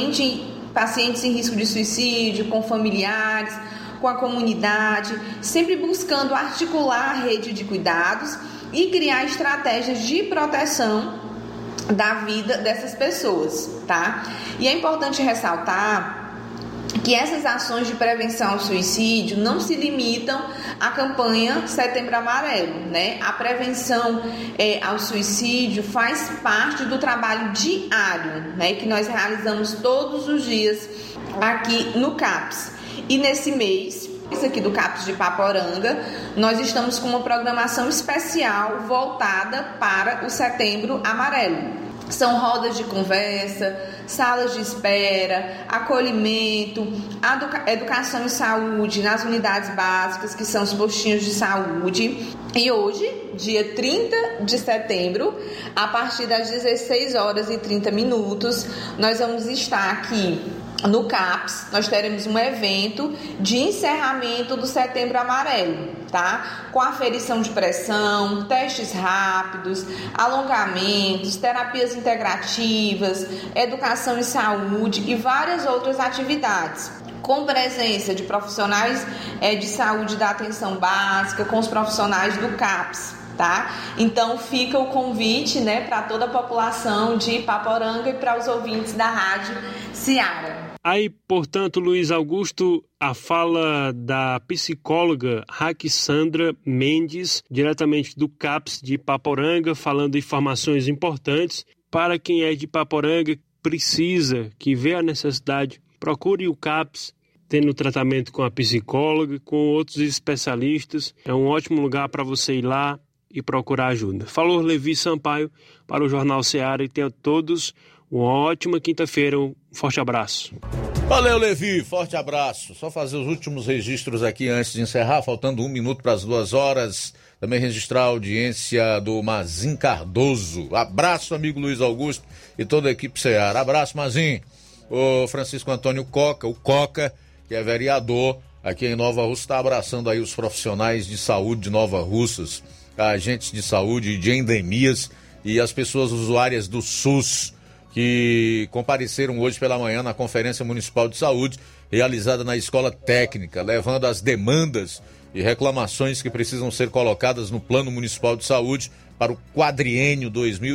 pacientes em risco de suicídio, com familiares, com a comunidade, sempre buscando articular a rede de cuidados e criar estratégias de proteção da vida dessas pessoas, tá? E é importante ressaltar que essas ações de prevenção ao suicídio não se limitam à campanha Setembro Amarelo, né? A prevenção ao suicídio faz parte do trabalho diário, né? Que nós realizamos todos os dias aqui no CAPS. E nesse mês, isso aqui do CAPS de Paporanga, nós estamos com uma programação especial voltada para o Setembro Amarelo. São rodas de conversa, salas de espera, acolhimento, educação e saúde nas unidades básicas, que são os postinhos de saúde. E hoje, dia 30 de setembro, a partir das 16 horas e 30 minutos, nós vamos estar aqui no CAPS. Nós teremos um evento de encerramento do Setembro Amarelo, tá? Com aferição de pressão, testes rápidos, alongamentos, terapias integrativas, educação em saúde e várias outras atividades, com presença de profissionais de saúde da atenção básica, com os profissionais do CAPS, tá? Então fica o convite, né, para toda a população de Paporanga e para os ouvintes da Rádio Ceará. Aí, portanto, Luiz Augusto, a fala da psicóloga Raquissandra Mendes, diretamente do CAPS de Paporanga, falando informações importantes para quem é de Paporanga, precisa, que vê a necessidade, procure o CAPS, tendo tratamento com a psicóloga, com outros especialistas. É um ótimo lugar para você ir lá e procurar ajuda. Falou Levi Sampaio para o Jornal Ceará e tenham todos uma ótima quinta-feira, um forte abraço. Valeu, Levi, forte abraço. Só fazer os últimos registros aqui antes de encerrar, faltando 1 minuto para as 2 horas. Também registrar a audiência do Mazin Cardoso. Abraço, amigo Luiz Augusto e toda a equipe Ceará. Abraço, Mazin. O Francisco Antônio Coca, o Coca, que é vereador aqui em Nova Russa, está abraçando aí os profissionais de saúde de Nova Russas, agentes de saúde e de endemias e as pessoas usuárias do SUS, que compareceram hoje pela manhã na Conferência Municipal de Saúde, realizada na Escola Técnica, levando as demandas e reclamações que precisam ser colocadas no Plano Municipal de Saúde para o quadriênio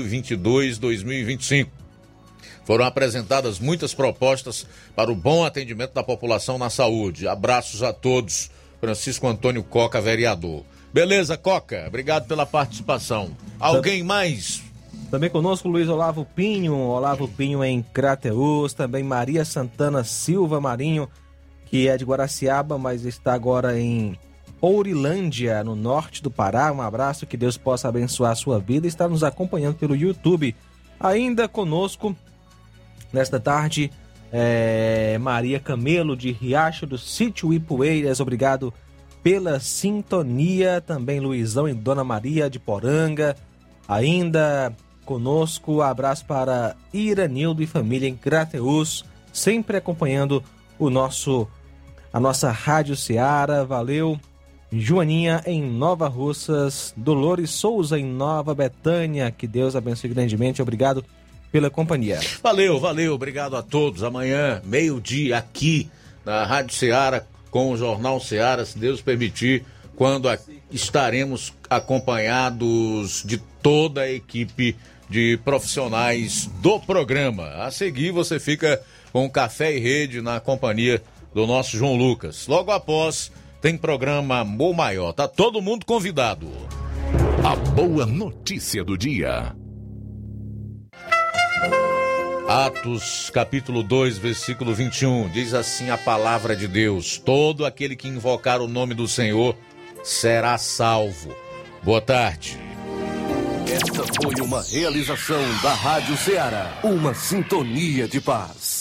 2022-2025. Foram apresentadas muitas propostas para o bom atendimento da população na saúde. Abraços a todos. Francisco Antônio Coca, vereador. Beleza, Coca? Obrigado pela participação. Alguém mais? Também conosco Luiz Olavo Pinho em Crateús, também Maria Santana Silva Marinho, que é de Guaraciaba, mas está agora em Ourilândia, no norte do Pará. Um abraço, que Deus possa abençoar a sua vida e está nos acompanhando pelo YouTube. Ainda conosco, nesta tarde, Maria Camelo, de Riacho do Sítio Ipueiras, obrigado pela sintonia. Também Luizão e Dona Maria de Poranga. Ainda conosco, abraço para Iranildo e família em Crateús, sempre acompanhando a nossa Rádio Ceará. Valeu. Joaninha em Nova Russas, Dolores Souza em Nova Betânia, que Deus abençoe grandemente, obrigado pela companhia. Valeu, obrigado a todos. Amanhã, meio-dia, aqui na Rádio Ceará, com o Jornal Ceará, se Deus permitir, quando estaremos acompanhados de toda a equipe de profissionais do programa. A seguir você fica com Café e Rede na companhia do nosso João Lucas. Logo após tem programa Amor Maior. Tá todo mundo convidado. A boa notícia do dia. Atos, capítulo 2, versículo 21. Diz assim a palavra de Deus: todo aquele que invocar o nome do Senhor será salvo. Boa tarde. Esta foi uma realização da Rádio Ceará, uma sintonia de paz.